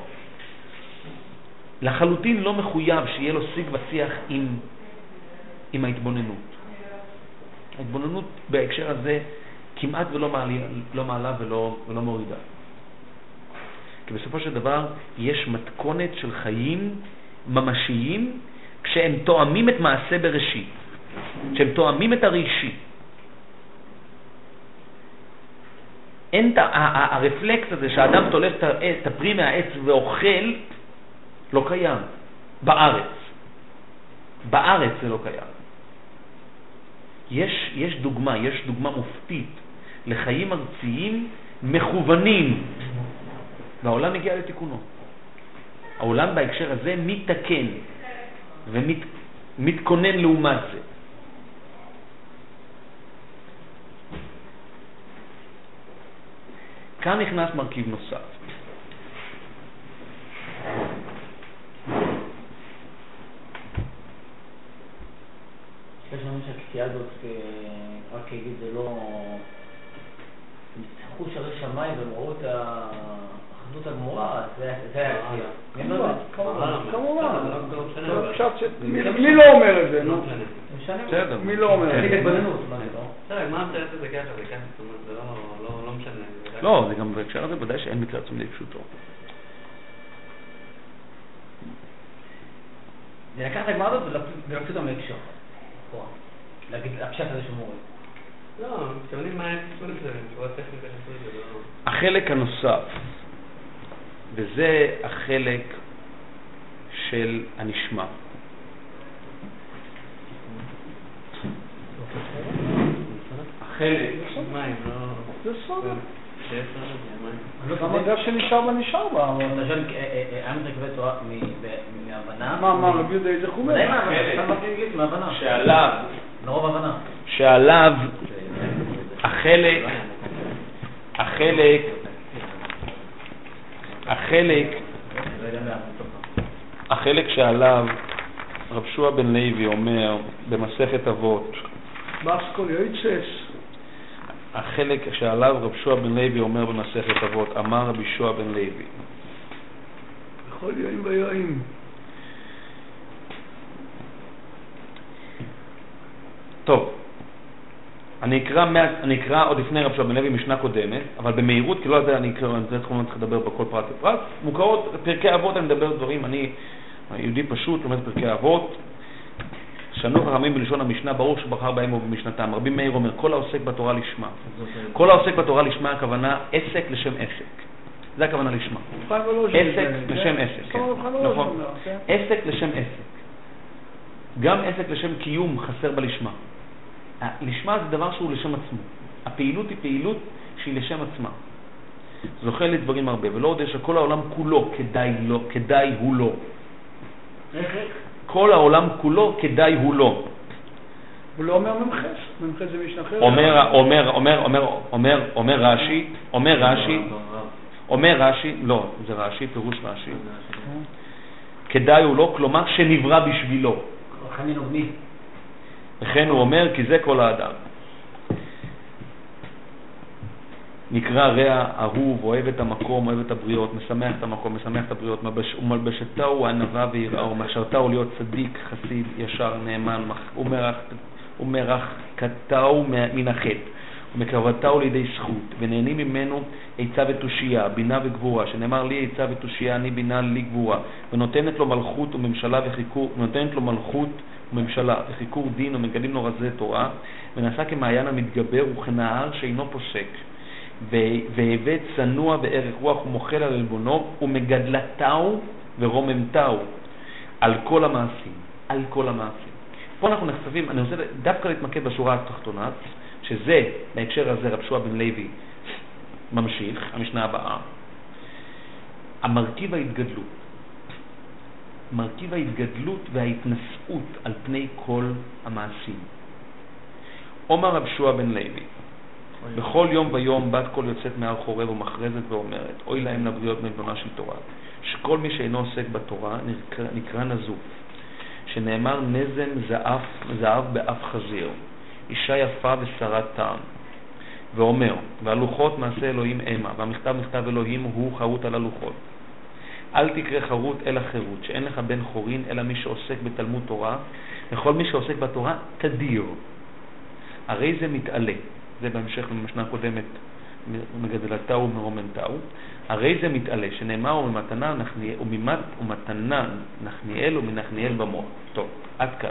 לחלוטין לא מחויב שיהיה לו שיג ושיח עם, עם ההתבוננות. ההתבוננות בהקשר הזה כמעט ולא מעלה, לא מעלה ולא, ולא מורידה. כי בסופו של דבר יש מתכונת של חיים ממשיים כשהם תואמים את מעשה בראשית, כשהם תואמים את הראשי. אין את הרפלקס הזה שהאדם תולש את הפרי מהעץ ואוכל, לא קיים בארץ. בארץ זה לא קיים. יש, יש דוגמה, יש דוגמה מופתית לחיים ארציים מכוונים, והעולם מגיע לתיקונו. העולם בהקשר הזה מתקן ומתכונן לעומת זה. כאן נכנס מרכיב נוסף. יש לנו שהקטיעה הזאת, רק אגיד, זה לא... ניצחו שרי שמיים והם ראו את האחדות הגמורה, זה היה הקטיעה. כמובן. מי לא אומר את זה? מי לא אומר את זה? מה המתארת את זה ככה? זה ככה, זאת אומרת, זה לא משנה. לא, זה גם בהקשר הזה ודאי שאין מקרה עצמי פשוטו. זה לקח את הגמרה הזאת ולפשוט אותם להקשר. להגיד, הפשט הזה שמורי. לא, מתכוונים מה היה תשמעו לזה, שורה טכנית שעשו את זה, לא... החלק הנוסף, וזה החלק של הנשמע. החלק... מים, לא... זה סודר. שיש לנו, מים. המדע שנשאר בנשאר בה. אתה שואל, העם זה קבל תורה מהבנה? מה, מה, רבי יהודה איזה חומר? מהבנה. שעליו, לרוב הבנה. שעליו, החלק, החלק, החלק, החלק שעליו רב שוע בן לוי אומר במסכת אבות, באסקול יויצס. החלק שעליו רב שוע בן לוי אומר במסכת אבות, אמר רבי שוע בן לוי, בכל יועים ויועים. טוב, אני אקרא, אני אקרא עוד לפני רב שוע בן לוי משנה קודמת, אבל במהירות, כי לא יודע, אני אקרא, זה תחום, אני צריך לדבר בכל פרט ופרט. מוכרות, פרקי אבות, אני מדבר דברים, אני יהודי פשוט, לומד פרקי אבות. שנו חכמים בלשון המשנה, ברור שבחר בהם ובמשנתם. רבי מאיר אומר, כל העוסק בתורה לשמה. כל העוסק בתורה לשמה, הכוונה עסק לשם עסק. זה הכוונה לשמה. עסק לשם עסק, כן. נכון. עסק לשם עסק. גם עסק לשם קיום חסר בלשמה. לשמה זה דבר שהוא לשם עצמו. הפעילות היא פעילות שהיא לשם עצמה. זוכה לדברים הרבה, ולא יודע שכל העולם כולו כדאי, לא, כדאי הוא לא. כל העולם כולו כדאי הוא לא. הוא לא אומר ממחס, ממחס זה משנה אחרת. אומר, אומר, אומר, אומר, אומר, אומר רש"י, אומר רש"י, אומר רש"י, לא, זה רש"י, פירוש רש"י. כדאי הוא לא, כלומר שנברא בשבילו. וכן הוא אומר, כי זה כל האדם. נקרא רע, אהוב, אוהב את המקום, אוהב את הבריות, משמח את המקום, משמח את הבריות, ומלבשתהו ענווה ויראה, ומשרתהו להיות צדיק, חסיד, ישר, נאמן, ומרחקתהו מן החטא, ומקרבתהו לידי זכות, ונהנים ממנו עצה ותושייה, בינה וגבורה, שנאמר לי עצה ותושייה, אני בינה לי גבורה, ונותנת לו מלכות וממשלה וחיקור, ונותנת לו מלכות וממשלה וחיקור דין, ומגלים לו רזי תורה, ונעשה כמעיין המתגבר וכנהר שאינו פוסק. והבא צנוע בערך רוח ומוחל על עלבונו ומגדלתהו ורוממתהו על כל המעשים, על כל המעשים. פה אנחנו נחשפים, אני רוצה דווקא להתמקד בשורה התחתונה, שזה בהקשר הזה רב שוע בן לוי ממשיך, המשנה הבאה, המרכיב ההתגדלות. מרכיב ההתגדלות וההתנשאות על פני כל המעשים. אומר רב שועה בן לוי, בכל יום ויום בת קול יוצאת מהר חורב ומכרזת ואומרת, אוי להם לבריות מבונה של תורה, שכל מי שאינו עוסק בתורה נקרא, נקרא נזוף, שנאמר נזם זהב, זהב באף חזיר, אישה יפה ושרת טעם. ואומר, והלוחות מעשה אלוהים אמה, והמכתב מכתב אלוהים הוא חרוט על הלוחות. אל תקרא חרוט אלא חירות, שאין לך בן חורין אלא מי שעוסק בתלמוד תורה, וכל מי שעוסק בתורה תדיר. הרי זה מתעלה, זה בהמשך למשנה הקודמת, מגדלתו ומרומנתו, הרי זה מתעלה, שנאמר וממתנה נחניאל, וממת ומתנה נחניאל ומנחניאל במוח. טוב, עד כאן.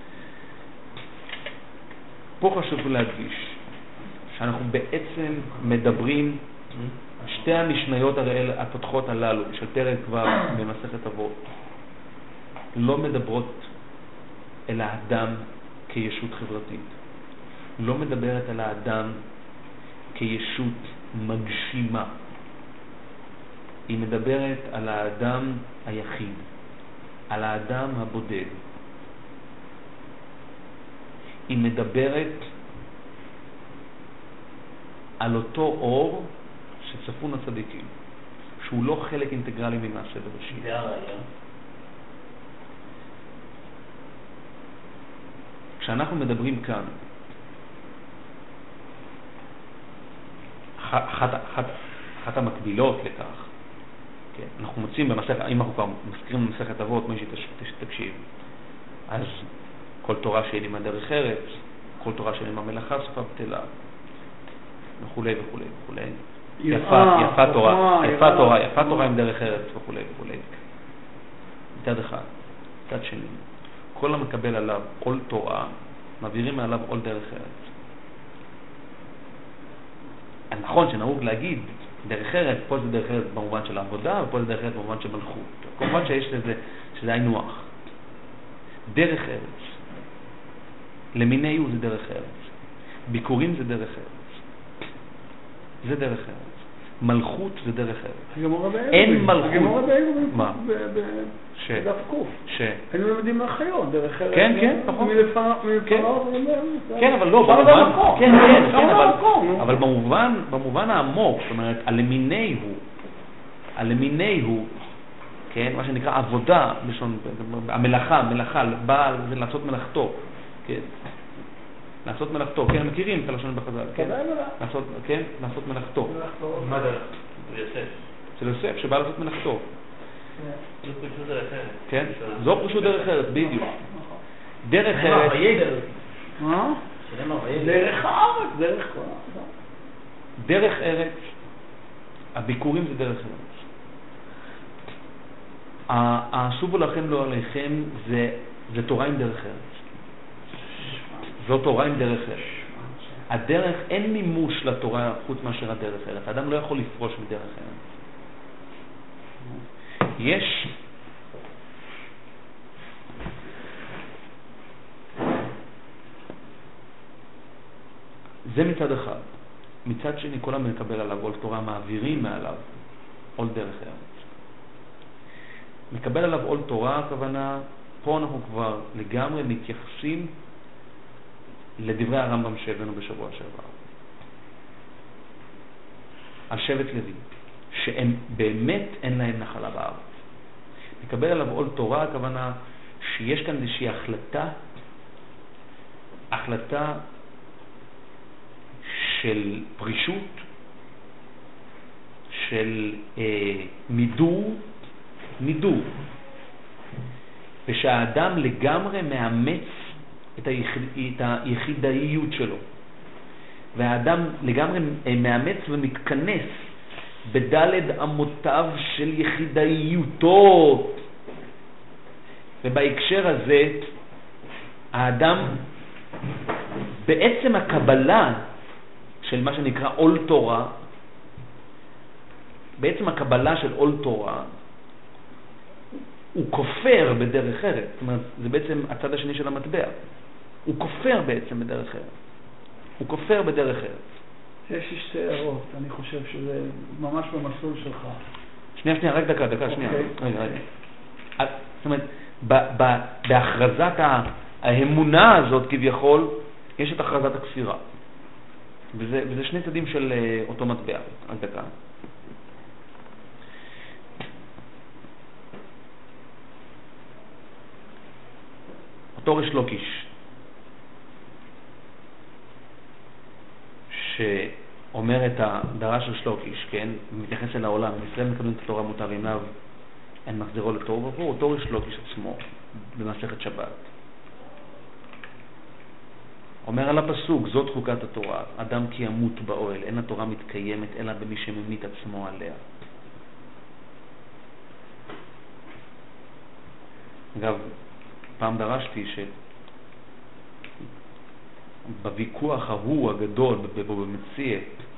פה חשוב להדגיש, שאנחנו בעצם מדברים, שתי המשניות הפותחות הללו של פרק כבר במסכת אבות לא מדברות אל האדם כישות חברתית, לא מדברת על האדם כישות מגשימה, היא מדברת על האדם היחיד, על האדם הבודד. היא מדברת על אותו אור שצפון הצדיקים, שהוא לא חלק אינטגרלי ממעשה בראשית. זה הראיה. כשאנחנו מדברים כאן, אחת, אחת, אחת המקבילות לכך, כן, אנחנו מוצאים במסכת, אם אנחנו כבר מזכירים במסכת אבות, מי שתקשיב, אז כל תורה שאין עם הדרך ארץ, כל תורה שאין עם המלאכה סופה בטלה, וכולי וכולי וכולי. יפה, יפה תורה, יפה תורה, יפה תורה עם דרך ארץ וכולי וכולי. מצד אחד. מצד שני, כל המקבל עליו עול תורה, מעבירים מעליו עול דרך ארץ. נכון שנהוג להגיד דרך ארץ, פה זה דרך ארץ במובן של העבודה, ופה זה דרך ארץ במובן של מלכות. כמובן שיש לזה, שזה היינו-הך. דרך ארץ. למיניהו זה דרך ארץ. ביקורים זה דרך ארץ. זה דרך ארץ. מלכות זה דרך ארץ. אין מלכות. הגמורה באירורים. מה? ש... בדף קוף. ש... היינו לומדים מהחיות, דרך ארץ. כן, כן, נכון. מלפנות. כן, אבל לא, במובן... כן, כן, כן, אבל במובן, במובן העמוק, זאת אומרת, הלמיניהו, הלמיניהו, כן, מה שנקרא עבודה, המלאכה, מלאכה, בא לעשות מלאכתו, כן. לעשות מלאכתו, כן, מכירים את הלשון בחז"ל, כן? לעשות, כן, לעשות מלאכתו. מה זה? יוסף. של יוסף שבא לעשות מלאכתו. זו פרישות דרך ארץ. כן, זו פרישות דרך ארץ, בדיוק. דרך ארץ. מה? דרך הארץ, דרך כל. דרך ארץ, הביקורים זה דרך ארץ. השובו לכם לא עליכם זה תורה עם דרך ארץ. זו תורה עם דרך ארץ. הדרך, אין מימוש לתורה חוץ מאשר הדרך ארץ. האדם לא יכול לפרוש מדרך ארץ. יש זה מצד אחד. מצד שני, כל המקבל עליו עול תורה מעבירים מעליו עול דרך ארץ. מקבל עליו עול תורה, הכוונה, פה אנחנו כבר לגמרי מתייחסים לדברי הרמב"ם שהבאנו בשבוע שעבר. על שבט לוי, שהם באמת אין להם נחלה בארץ. מקבל עליו עול תורה, הכוונה שיש כאן איזושהי החלטה, החלטה של פרישות, של אה, מידור, מידור, ושהאדם לגמרי מאמץ את, היחיד, את היחידאיות שלו, והאדם לגמרי מאמץ ומתכנס בדלת אמותיו של יחידאיותו, ובהקשר הזה האדם בעצם הקבלה של מה שנקרא עול תורה, בעצם הקבלה של עול תורה, הוא כופר בדרך ארץ. זאת אומרת, זה בעצם הצד השני של המטבע. הוא כופר בעצם בדרך ארץ. הוא כופר בדרך ארץ. יש לי שתי הערות, אני חושב שזה ממש במסלול שלך. שנייה, שנייה, רק דקה, דקה, שנייה. רגע, רגע. זאת אומרת, ב- ב- בהכרזת האמונה הזאת כביכול, יש את הכרזת הכפירה. וזה, וזה שני צדדים של uh, אותו מטבע, רק דקה. אותו ריש לוקיש, שאומר את הדרש של שלוקיש, כן, מתייחס אל העולם, ישראל מקבלים את התורה מותר עיניו, אין מחזירו לתור ובוא, אותו ריש לוקיש עצמו, במסכת שבת. אומר על הפסוק, זאת חוקת התורה, אדם כי ימות באוהל, אין התורה מתקיימת אלא במי שממית עצמו עליה. אגב, פעם דרשתי שבוויכוח ההוא הגדול במציאה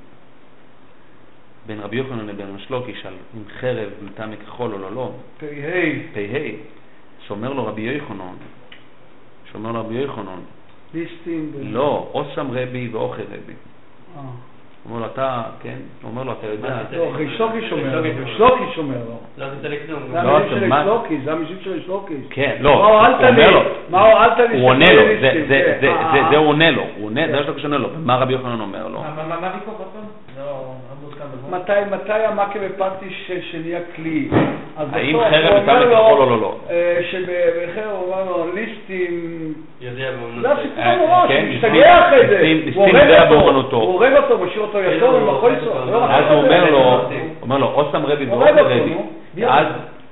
בין רבי יוחנן לבין ריש לוקיש על אם חרב נטמא כחול או לא לא, פ"ה פ"ה, שאומר לו רבי יוחנן, שאומר לו רבי יוחנן, ליסטים לא, אוסם רבי ואוכל רבי. אה. הוא אומר לו, אתה, כן? הוא אומר לו, אתה יודע. לא, ריש לוקיש אומר, ריש לוקיש אומר לו. לא תצא לי כלום. זה המילים של ריש לוקיש, זה המילים של ריש לוקיש. כן, לא, הוא אומר לו. מה הוא אל תלי? הוא עונה לו, זה הוא עונה לו, זה ריש לוקיש עונה לו. מה רבי יוחנן אומר לו? מה הוויכוח אותו? לא, מוסכם בזמן. מתי המכה בפרטיש שנהיה כלי? האם חרב נטמא כחול או לא לא? שבחרב הוא אומר לו, ליסטים... יודע באמנותו. זה הסיפור נורא, כן, שהוא משתגע אחרי זה. ליסטים יודע באמנותו. הוא הורג אותו, משאיר אותו יתום ומחוי סוף. אז הוא אומר לו, אומר לו, אוסם רבי ואוכל רבי. ואז...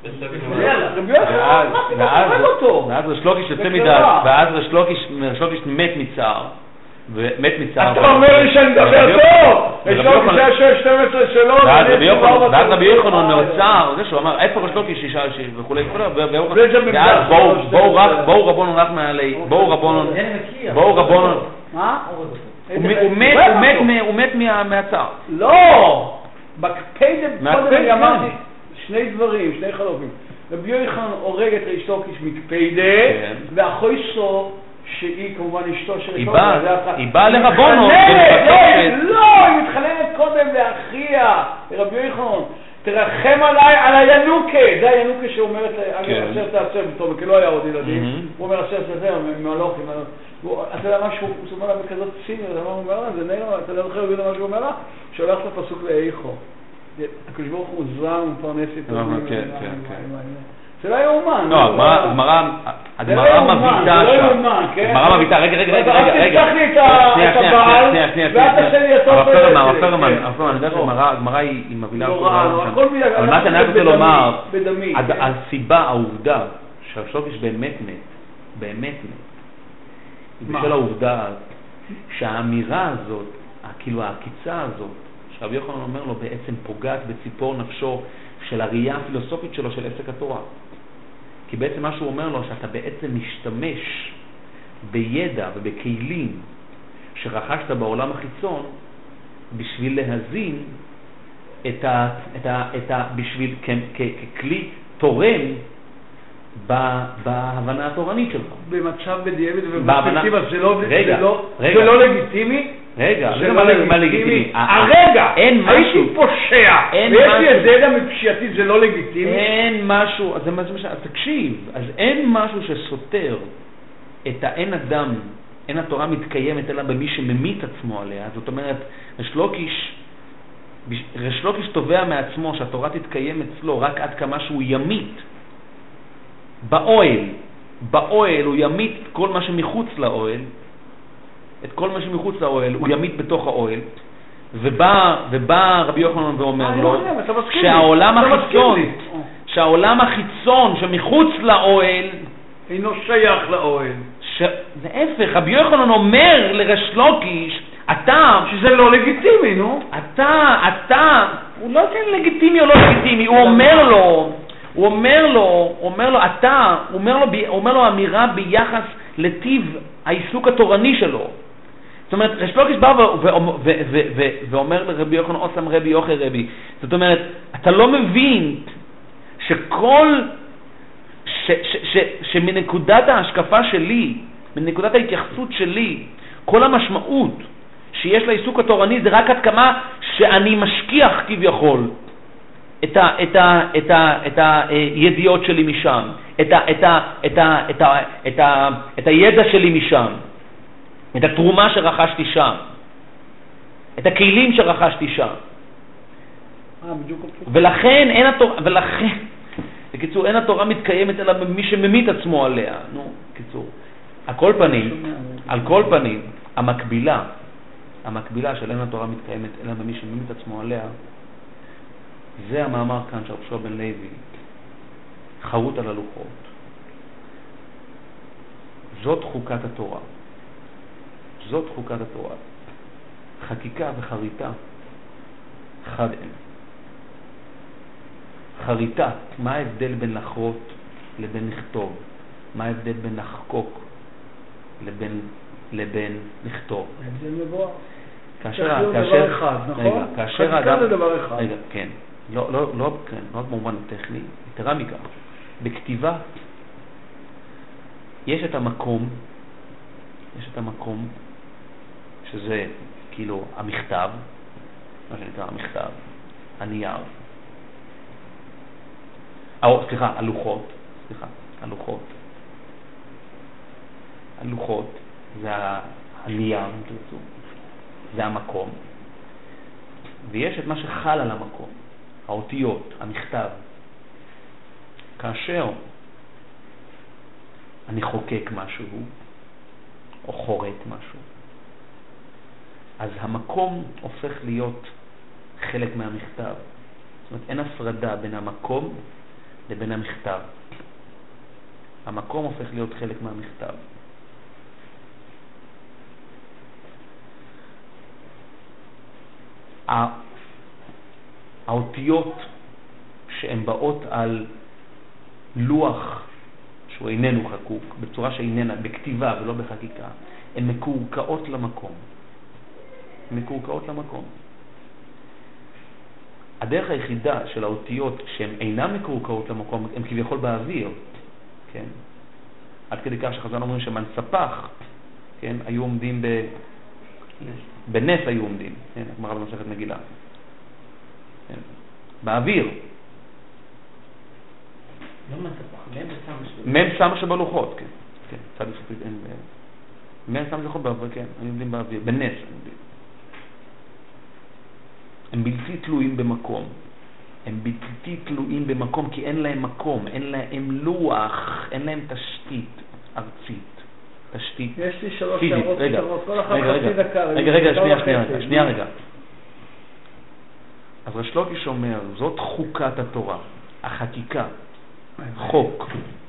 ואז ריש לוקיש יוצא מדעת, ואז ריש לוקיש מת מצער. ומת מצער. אתה אומר לי שאני מדבר טוב! ריש לוקיש היה שואל שתים עשרה שלו, ואז רבי יוחנן מהצער, זה שהוא אמר, איפה ריש לוקיש אישה וכולי וכולי, ואז בואו רבונון רק מעלי, בואו רבונון, בואו רבונון, מה? הוא מת מהצער. לא! בקפיידם קודם אני אמרתי שני דברים, שני חלופים. רבי יוחנן הורג את ריש לוקיש מקפיידה, ואחוי סוף שהיא כמובן אשתו של ריש לוקיש. היא באה לרבונו. לא, היא מתחננת קודם לאחיה, רבי יוחנן. תרחם עליי על הינוקה, זה הינוקה שאומרת, אגב, עשרת העצר בטוב, כי לא היה עוד ילדים. הוא אומר עשרת העצר, מהלוכים. אתה יודע מה שהוא אומר לה בכזאת ציניות, מה הוא אומר לה? זה נראה, אתה לא זוכר מה שהוא אומר לה? שהולך לפסוק לאיכו. הקדוש ברוך הוא זרם ומפרנס איתו. כן, כן, כן. זה לא יאומן. לא, הגמרא מביטה שם. הגמרא מביטה, רגע, רגע, רגע, רגע. אל תפתח לי את הבעל, ואל תעשה לי את הרב פרמן, הרב פרמן, הרב פרמן, אני יודע שהגמרא היא מבינה אותו דבר שם. אבל מה שאני רוצה לומר, הסיבה, העובדה, שהריש לוקיש באמת מת, באמת מת, היא בשל העובדה שהאמירה הזאת, כאילו העקיצה הזאת, שרבי יוחנן אומר לו בעצם פוגעת בציפור נפשו של הראייה הפילוסופית שלו של עסק התורה. כי בעצם מה שהוא אומר לו שאתה בעצם משתמש בידע ובכלים שרכשת בעולם החיצון בשביל להזין את ה, את ה, את ה, בשביל כ, כ, ככלי תורם בהבנה התורנית שלך. במצב בדיעבד ובפרספקטיבה זה לא, רגע, זה לא, רגע. זה לא לגיטימי? רגע, זה לא לגיטימי. הרגע, הייתי פושע, ויש לי את זה ידע מפשיעתי, זה לא לגיטימי? אין משהו, אז תקשיב, אז אין משהו שסותר את האין אדם, אין התורה מתקיימת אלא במי שממית עצמו עליה. זאת אומרת, ריש לוקיש, ריש לוקיש תובע מעצמו שהתורה תתקיים אצלו רק עד כמה שהוא ימית. באוהל, באוהל הוא ימית כל מה שמחוץ לאוהל, את כל מה שמחוץ לאוהל, הוא ימית בתוך האוהל, ובא, ובא רבי יוחנן ואומר לו, שהעולם החיצון, שהעולם החיצון שמחוץ לאוהל, אינו שייך לאוהל. זה ההפך, רבי יוחנן אומר לריש לוקיש, אתה, שזה לא לגיטימי, נו. אתה, אתה, הוא לא יודע לגיטימי או לא לגיטימי, הוא אומר לו, הוא אומר לו, הוא אומר לו, אתה, הוא אומר לו, הוא אומר לו אמירה ביחס לטיב העיסוק התורני שלו. זאת אומרת, ריש לוקיש בא ואומר לרבי יוחנן, אוסם רבי אוכל רבי. זאת אומרת, אתה לא מבין שכל, שמנקודת ההשקפה שלי, מנקודת ההתייחסות שלי, כל המשמעות שיש לעיסוק התורני זה רק עד כמה שאני משכיח כביכול את ה, את ה, את ה, את הידיעות שלי משם, את ה, את ה, את ה, את ה, את ה, את הידע שלי משם, את התרומה שרכשתי שם, את הכלים שרכשתי שם. ולכן אין התורה, ולכן, בקיצור, אין התורה מתקיימת אלא במי שממית עצמו עליה. נו, בקיצור, על כל פנים, על כל פנים, המקבילה, המקבילה של אין התורה מתקיימת אלא במי שממית עצמו עליה, זה המאמר כאן של רב יהושע בן לוי, חרות על הלוחות. זאת חוקת התורה. זאת חוקת התורה. חקיקה וחריטה חד הם. חריטה, מה ההבדל בין לחרות לבין לכתוב? מה ההבדל בין לחקוק לבין, לבין לכתוב? ההבדל מבואר. כאשר, כאשר, דבר אחד, נכון? רגע, כאשר האדם, זה דבר אחד. רגע, כן, לא, לא, לא, כן, לא במובן הטכני, יתרה מכך, בכתיבה יש את המקום, יש את המקום שזה כאילו המכתב, מה שנקרא המכתב, הנייר, או, סליחה, הלוחות, סליחה, הלוחות. הלוחות זה הנייר, אם תרצו, זה המקום. ויש את מה שחל על המקום, האותיות, המכתב. כאשר אני חוקק משהו, או חורט משהו, אז המקום הופך להיות חלק מהמכתב. זאת אומרת, אין הפרדה בין המקום לבין המכתב. המקום הופך להיות חלק מהמכתב. האותיות שהן באות על לוח שהוא איננו חקוק, בצורה שאיננה, בכתיבה ולא בחקיקה, הן מקורקעות למקום. מקורקעות למקום. הדרך היחידה של האותיות שהן אינן מקורקעות למקום, הן כביכול באוויר, כן? עד כדי כך שחז"ל אומרים שמנספח, כן? היו עומדים ב... בנס היו עומדים, כן? הגמרא במסכת מגילה. כן? באוויר. לא מנספח, מם שמה שבלוחות, כן. כן, צד הסופית אין... מם שמה שבלוחות באוויר, כן, היו עומדים באוויר, בנס היו עומדים. הם בלתי תלויים במקום. הם בלתי תלויים במקום כי אין להם מקום, אין להם לוח, אין להם תשתית ארצית. תשתית פיזית. יש לי שלוש שערות קצרות, כל אחת חצי דקה. רגע, רגע, שנייה, שנייה, שנייה רגע. אז ריש לקיש אומר, זאת חוקת התורה, החקיקה, חוק.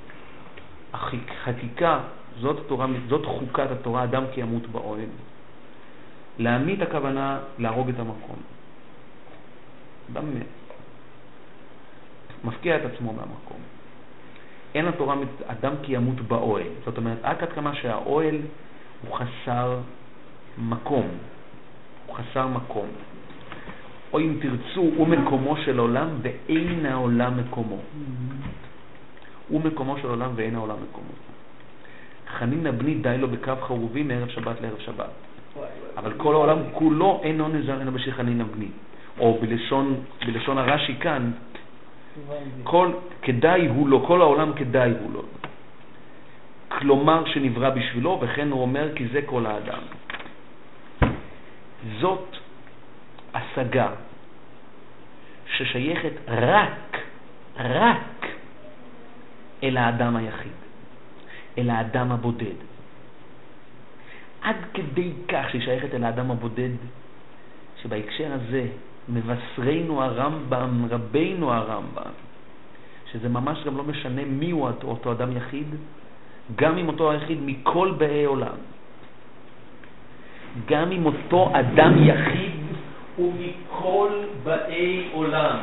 החקיקה, זאת התורה, זאת חוקת התורה, אדם כי ימות באוהל. להמית הכוונה להרוג את המקום. אדם מת. מפקיע את עצמו מהמקום. אין התורה אדם כי ימות באוהל. זאת אומרת, עד עד כמה שהאוהל הוא חסר מקום. הוא חסר מקום. או אם תרצו, הוא מקומו של עולם ואין העולם מקומו. הוא מקומו של עולם ואין העולם מקומו. חנינא בני די לו בקו חרובי מערב שבת לערב שבת. אבל כל העולם כולו אינו נזר אינו בשיר חנינא בני. או בלשון, בלשון הרש"י כאן, כל כדאי הוא לו, כל העולם כדאי הוא לו. כלומר שנברא בשבילו, וכן הוא אומר כי זה כל האדם. זאת השגה ששייכת רק, רק אל האדם היחיד, אל האדם הבודד. עד כדי כך שהיא שייכת אל האדם הבודד, שבהקשר הזה מבשרנו הרמב"ם, רבינו הרמב"ם, שזה ממש גם לא משנה מי הוא אותו אדם יחיד, גם אם אותו היחיד מכל באי עולם. גם אם אותו אדם יחיד ומכל באי עולם.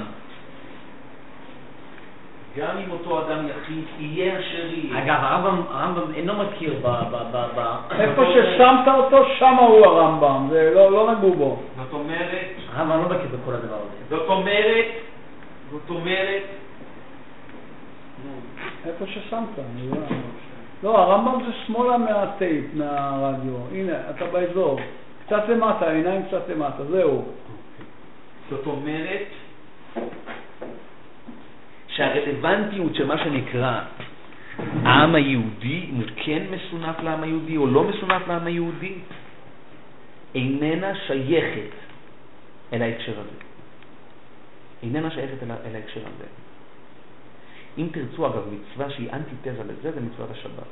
גם אם אותו אדם יחיד יהיה אשר יהיה. אגב, הרמב"ם אינו מכיר ב... איפה ששמת אותו, שמה הוא הרמב"ם. זה לא נגעו בו. זאת אומרת... הרמב"ם לא מכיר בכל הדבר הזה. זאת אומרת... זאת אומרת... איפה ששמת. לא, הרמב"ם זה שמאלה מהטייפ, מהרדיו. הנה, אתה באזור. קצת למטה, העיניים קצת למטה. זהו. זאת אומרת... שהרלוונטיות של מה שנקרא העם היהודי, אם הוא כן מסונף לעם היהודי או לא מסונף לעם היהודי, איננה שייכת אל ההקשר הזה. איננה שייכת אל, אל ההקשר הזה. אם תרצו, אגב, מצווה שהיא אנטיתזה לזה, זה מצוות השבת.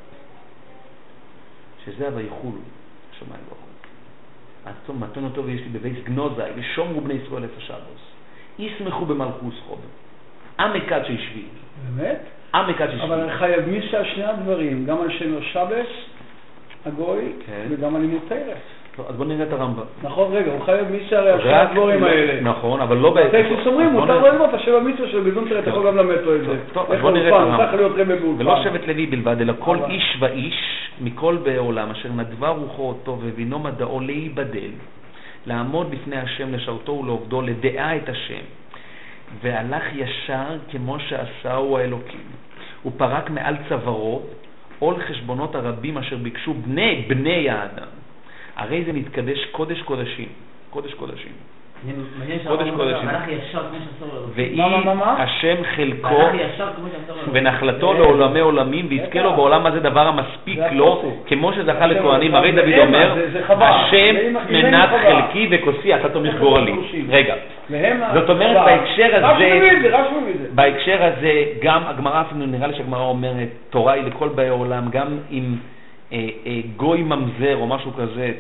שזה ויחולו השמיים ברוך. מתון אותו ויש לי בבייס גנוזה, ושומרו בני ישראל את השבוס. ישמחו במלכוס חוב. עם אחד שישבי. באמת? עם אחד שישבי. אבל חייבים שני הדברים, גם על שם השבס, הגוי, כן. וגם על לימוד תורה. אז בוא נראה את הרמב"ם. נכון, רגע, הוא חייב מי שהרי השני הדברים האלה. נכון, אבל לא... הטקסטוס אומרים, מותר לו ללמוד, השם המצווה של גדון תורה, אתה יכול גם למד לו את זה. טוב, אז בוא נראה את הרמב"ם. ולא ולא שבט לוי בלבד, אלא כל איש ואיש מכל באי עולם, אשר נדבה רוחו אותו ובינו מדעו להיבדל, לעמוד בפני השם, לשרתו ולעובדו, לדעה את השם, והלך ישר כמו שעשהו האלוקים. הוא פרק מעל צווארו עול חשבונות הרבים אשר ביקשו בני בני האדם. הרי זה מתקדש קודש קודשים, קודש קודשים. קודש קודשים. ואי השם חלקו ונחלתו לעולמי עולמים, ויזכה לו בעולם הזה דבר המספיק לו, כמו שזכה לכהנים. הרי דוד אומר, השם מנת חלקי וכוסי, אתה תומך גורלי. רגע, זאת אומרת בהקשר הזה, בהקשר הזה גם הגמרא, אפילו נראה לי שהגמרא אומרת, תורה היא לכל באי עולם, גם אם גוי ממזר או משהו כזה,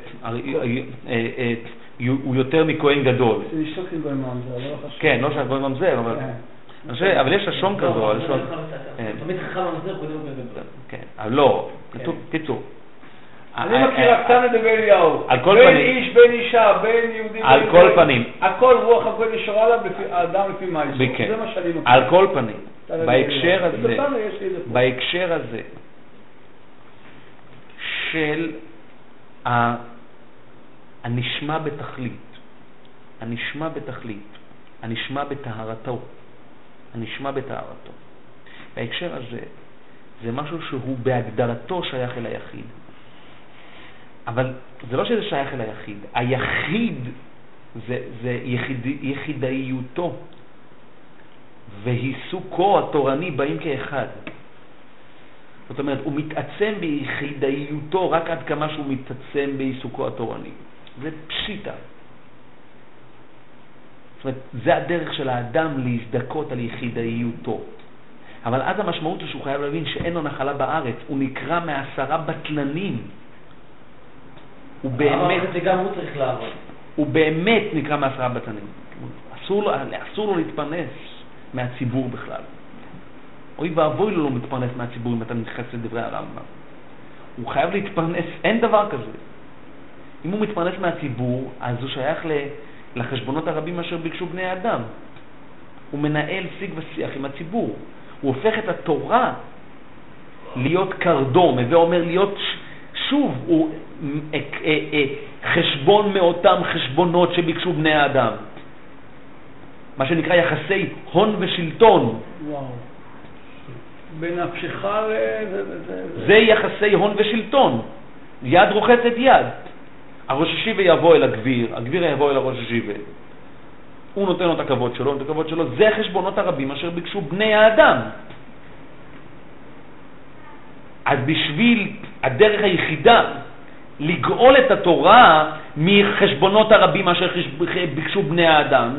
הוא יותר מכהן גדול. זה נשתוק עם גוי ממזר, לא חשוב. כן, לא שהגוי ממזר, אבל יש לשון כזו. תמיד חכם ממזר קודם בגדול. כן, אבל לא, תצאו. אני מכיר הקטן את אליהו. בין איש, בין אישה, בין יהודים. על כל פנים. הכל רוח הכל נשאר עליו, האדם לפי מה יסוד. זה מה שאני מכיר. על כל פנים. בהקשר הזה, בהקשר הזה, של הנשמע בתכלית, הנשמע בתכלית, הנשמע בטהרתו, הנשמע בטהרתו. בהקשר הזה, זה משהו שהוא בהגדרתו שייך אל היחיד. אבל זה לא שזה שייך אל היחיד. היחיד זה, זה יחיד, יחידאיותו והיסוקו התורני באים כאחד. זאת אומרת, הוא מתעצם ביחידאיותו רק עד כמה שהוא מתעצם בעיסוקו התורני. זה פשיטה. זאת אומרת, זה הדרך של האדם להזדכות על יחידאיותו. אבל אז המשמעות היא שהוא חייב להבין שאין לו נחלה בארץ. הוא נקרא מעשרה בטלנים. הוא באמת... זה גם הוא צריך לעבוד. הוא באמת נקרא מעשרה בטלנים. אסור לו, אסור לו להתפרנס מהציבור בכלל. אוי ואבוי לו לא מתפרנס מהציבור אם אתה מתייחס לדברי הרמב"ם. הוא חייב להתפרנס, אין דבר כזה. אם הוא מתפרנס מהציבור, אז הוא שייך לחשבונות הרבים אשר ביקשו בני האדם. הוא מנהל שיג ושיח עם הציבור. הוא הופך את התורה להיות קרדום, ואומר להיות שוב, הוא חשבון מאותם חשבונות שביקשו בני האדם. מה שנקרא יחסי הון ושלטון. וואו. בנפשך ל... זה יחסי הון ושלטון. יד רוחצת יד. הראש השיבה יבוא אל הגביר, הגביר יבוא אל הראש השיבה. הוא נותן לו את הכבוד שלו, את הכבוד שלו. זה החשבונות הרבים אשר ביקשו בני האדם. אז בשביל הדרך היחידה לגאול את התורה מחשבונות הרבים אשר ביקשו בני האדם,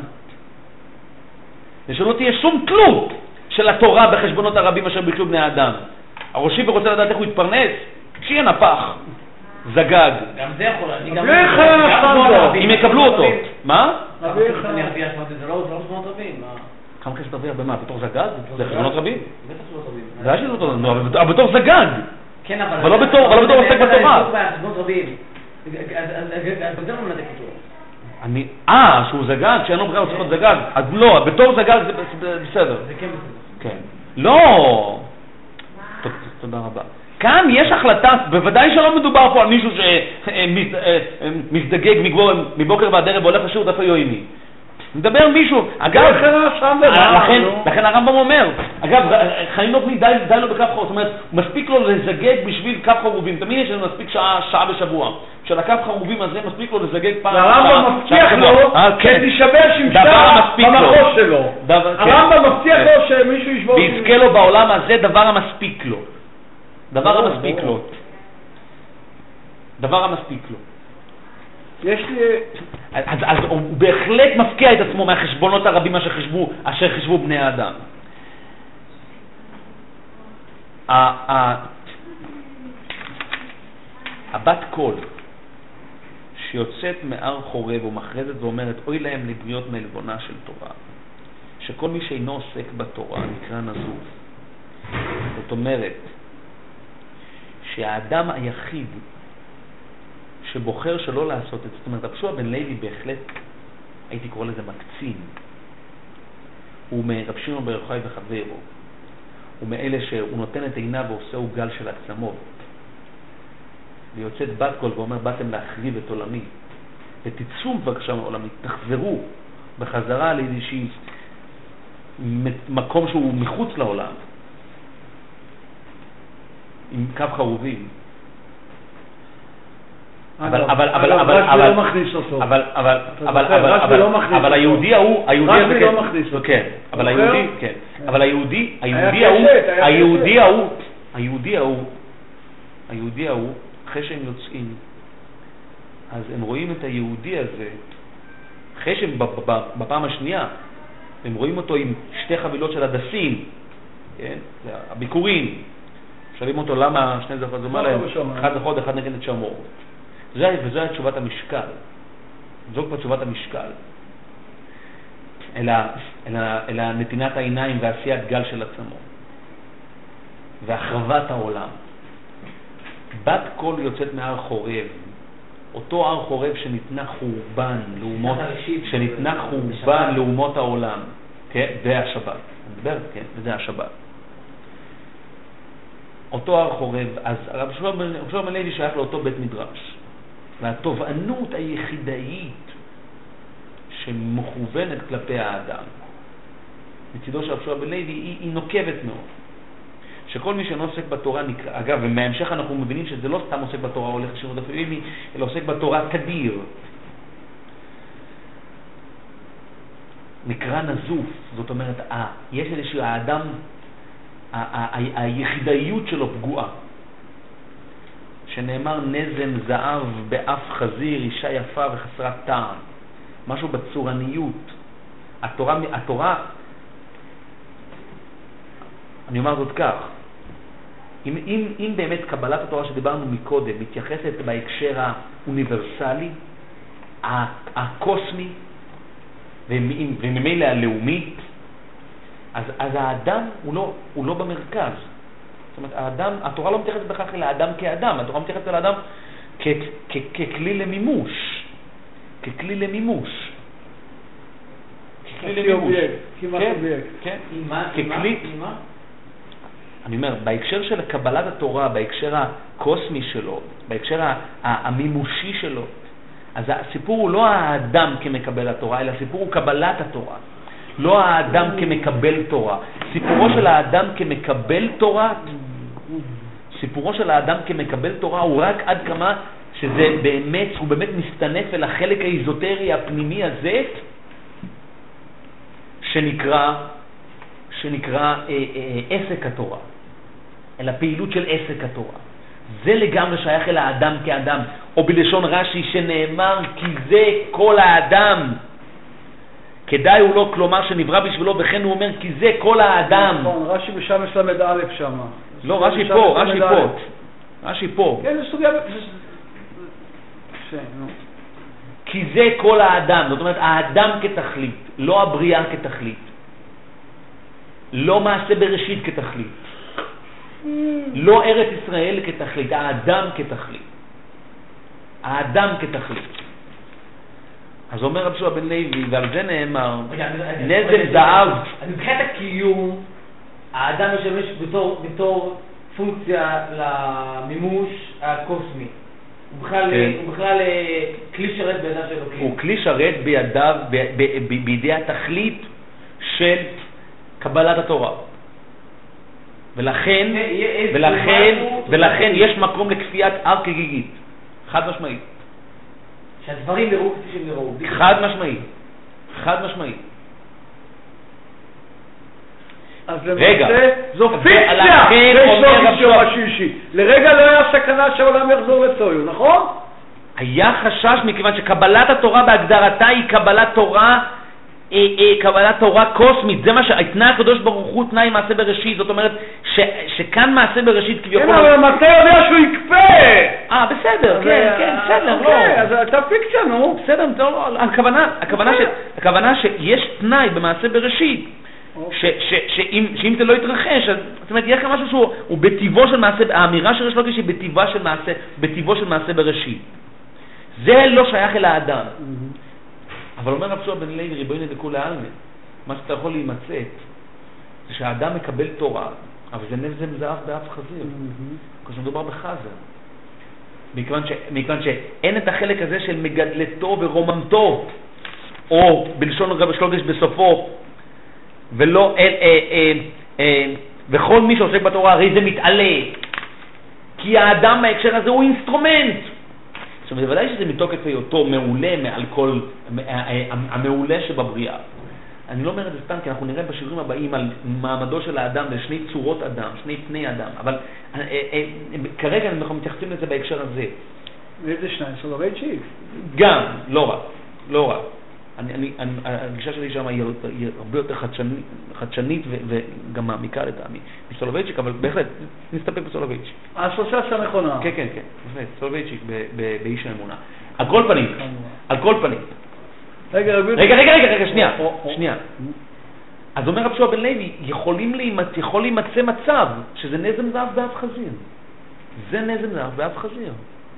ושלא תהיה שום תלות של התורה בחשבונות הרבים אשר ביקשו בני האדם. הראשי ורוצה לדעת איך הוא יתפרנס, שיהיה נפח, זגג. גם זה יכול, אני גם... אם יקבלו אותו. מה? אני ארביע שמות, זה לא שמות רבים. כמה כסף תרוויח במה? בתור זגג? זה חשבונות רבים? בטח לא רבים. זה היה שזה אותו, אבל בתור זגג. כן, אבל... אבל לא בתור עוסק בתורה. חשבונות רבים. אז בגלל לא מנתק אותו. אני... אה, שהוא זגג, שאין לו בחירה, הוא צריך להיות זגג. אז לא, בתור זגג זה בסדר. זה כן בסדר. כן. לא! תודה רבה. כאן יש החלטה, בוודאי שלא מדובר פה על מישהו שמזדגג מבוקר ועד ערב והולך לשירות איפה יוימי. מדבר מישהו, אגב, לכן הרמב"ם אומר, אגב, חיים נובני די לו בכף חור, זאת אומרת, מספיק לו לזגג בשביל כף חרובים, תמיד יש לנו מספיק שעה בשבוע, של הקו חרובים הזה מספיק לו לזגג פעם. והרמב"ם מבטיח לו שתישבר שמשה במחוז שלו. הרמב"ם מבטיח לו שמישהו ישבור... ויזכה לו בעולם הזה דבר המספיק לו. דבר המספיק לו. דבר המספיק לו. יש לי... אז, אז הוא בהחלט מפקיע את עצמו מהחשבונות הרבים אשר חשבו, אשר חשבו בני האדם. הבת קול שיוצאת מהר חורב ומכרזת ואומרת אוי להם לבריות מעלבונה של תורה, שכל מי שאינו עוסק בתורה נקרא נזוף. זאת אומרת שהאדם היחיד שבוחר שלא לעשות את זה, זאת אומרת, רבי יהושע בן לוי בהחלט, הייתי קורא לזה מקצין, הוא מרבי שמעון בר יוחאי וחברו, הוא מאלה שהוא נותן את עיניו ועושה עוגל של עצמות, ויוצאת בת קול ואומר, באתם להחריב את עולמי, ותצאו בבקשה מעולמי, תחזרו בחזרה לאיזושהי מקום שהוא מחוץ לעולם, עם קו חרובים. אבל אבל אבל אבל אבל לא מכניס אותו. אבל אבל אבל אבל אבל היהודי הוא היהודי לא מכניס אותו. כן, אבל היהודי כן, אבל היהודי היהודי הוא היהודי הוא היהודי הוא היהודי הוא אחרי שהם יוצאים, אז הם רואים את היהודי הזה אחרי שהם בפעם השנייה הם רואים אותו עם שתי חבילות של הדסים, כן, הביקורים, שואלים אותו למה שני זכות, אז הוא אומר להם אחד זכות אחד נגד את שמור. וזו היה תשובת המשקל, זו כבר תשובת המשקל, אלא, אלא, אלא נתינת העיניים ועשיית גל של עצמו והחרבת העולם. בת קול יוצאת מהר חורב, אותו הר חורב שניתנה חורבן לאומות, שניתנה חורבן לאומות העולם, כן? זה השבת, אני מדבר, כן? וזה השבת. אותו הר חורב, אז רבי יהושע בן לוי שייך לאותו בית מדרש, והתובענות היחידאית שמכוונת כלפי האדם מצידו של רבי יהושע בן לוי היא, היא נוקבת מאוד, שכל מי שאינו עוסק בתורה נקרא, אגב, ומהמשך אנחנו מבינים שזה לא סתם עוסק בתורה הולך לשירות אפילו, אלא עוסק בתורה תדיר, נקרא נזוף. זאת אומרת, אה, יש איזשהו האדם, היחידאיות שלו פגועה, שנאמר נזם זהב באף חזיר, אישה יפה וחסרת טעם, משהו בצורניות. התורה, התורה, אני אומר זאת כך, אם, אם, אם באמת קבלת התורה שדיברנו מקודם מתייחסת בהקשר האוניברסלי, הקוסמי וממילא הלאומי, אז, אז האדם הוא לא, הוא לא במרכז. זאת אומרת, האדם, התורה לא מתייחסת בכך אל האדם כאדם, התורה מתייחסת אל האדם כ, כ, ככלי למימוש, ככלי למימוש. ככלי למימוש. כמעט אובייקט. כן, ככלי. אני אומר, בהקשר של קבלת התורה, בהקשר הקוסמי שלו, בהקשר המימושי שלו, אז הסיפור הוא לא האדם כמקבל התורה, אלא הסיפור הוא קבלת התורה. לא האדם כמקבל תורה. סיפורו של האדם כמקבל תורה, סיפורו של האדם כמקבל תורה הוא רק עד כמה שזה באמת, הוא באמת מסתנף אל החלק האיזוטרי הפנימי הזה, שנקרא, שנקרא אה, אה, עסק התורה, אל הפעילות של עסק התורה. זה לגמרי שייך אל האדם כאדם, או בלשון רש"י שנאמר כי זה כל האדם. כדאי הוא לא, כלומר שנברא בשבילו, וכן הוא אומר כי זה כל האדם. נכון, רש"י בשם יש למד א' שם. לא, רש"י פה, רש"י פה. רש"י פה. כן, זה סוגיה... כי זה כל האדם, זאת אומרת האדם כתכלית, לא הבריאה כתכלית. לא מעשה בראשית כתכלית. לא ארץ ישראל כתכלית, האדם כתכלית. האדם כתכלית. אז אומר רבי יהושע בן לוי, ועל זה נאמר, נזם זהב. מבחינת הקיום, האדם משמש בתור פונקציה למימוש הקוסמי. הוא בכלל כלי שרת בידיו של אלוקים. הוא כלי שרת בידיו, בידי התכלית של קבלת התורה. ולכן, ולכן, ולכן יש מקום לכפיית הר כגיגית. חד משמעית. שהדברים נראו כפי שהם נראו. חד משמעי. חד משמעי. אז למעשה זו פיקציה, יש לו גישור השישי. לרגע לא היה סכנה שהעולם יחזור לצויו, נכון? היה חשש מכיוון שקבלת התורה בהגדרתה היא קבלת תורה, אה, אה, קבלת תורה קוסמית. זה מה שהתנאי הקדוש ברוך הוא תנאי מעשה בראשית. זאת אומרת ש, שכאן מעשה בראשית כביכול... כן, אבל מתי יודע שהוא יקפה? אה, בסדר, כן, כן, בסדר, לא. אוקיי, אז אתה פיקציה, נו. בסדר, הכוונה, הכוונה ש, הכוונה שיש תנאי במעשה בראשית. ש, ש, שאם, שאם זה לא יתרחש, אז, זאת אומרת, יש כאן משהו שהוא בטיבו של מעשה, האמירה של רשלוקי שהיא בטיבה של מעשה, בטיבו של מעשה בראשית. זה לא שייך אל האדם. אבל אומר רב שועה בן לוי, ריבונו דכולי עלמא, מה שאתה יכול להימצא, זה שהאדם מקבל תורה, אבל זה נזם זהב באף חזיר. כשמדובר בחזר. מכיוון ש, מכיוון שאין את החלק הזה של מגדלתו ורוממתו, או בלשון רב שלוגש בסופו, ולא אל, אה, אה, אה, וכל מי שעוסק בתורה הרי זה מתעלה, כי האדם בהקשר הזה הוא אינסטרומנט. עכשיו בוודאי שזה מתוקף היותו מעולה מעל כל, המעולה שבבריאה. אני לא אומר את זה סתם, כי אנחנו נראה בשיעורים הבאים על מעמדו של האדם לשני צורות אדם, שני פני אדם, אבל אה, אה, כרגע אנחנו מתייחסים לזה בהקשר הזה. ואיזה שניים? סולובייצ'יק? גם, לא רק, לא רק. אני, אני, אני, הגישה שלי שם היא הרבה יותר חדשנית, חדשנית ו, וגם מעמיקה לטעמי מסולובייצ'יק, אבל בהחלט נסתפק בסולובייצ'יק. האסוציאציה נכונה. כן, כן, כן, בהחלט, סולובייצ'יק באיש האמונה. על כל פנים, על כל פנים. רגע, רגע, רגע, רגע, רגע, רגע, שנייה, שנייה. אז אומר רב שועה בן לוי, יכולים להימצא, יכול להימצא מצב שזה נזם זהב באף חזיר. זה נזם זהב באף חזיר.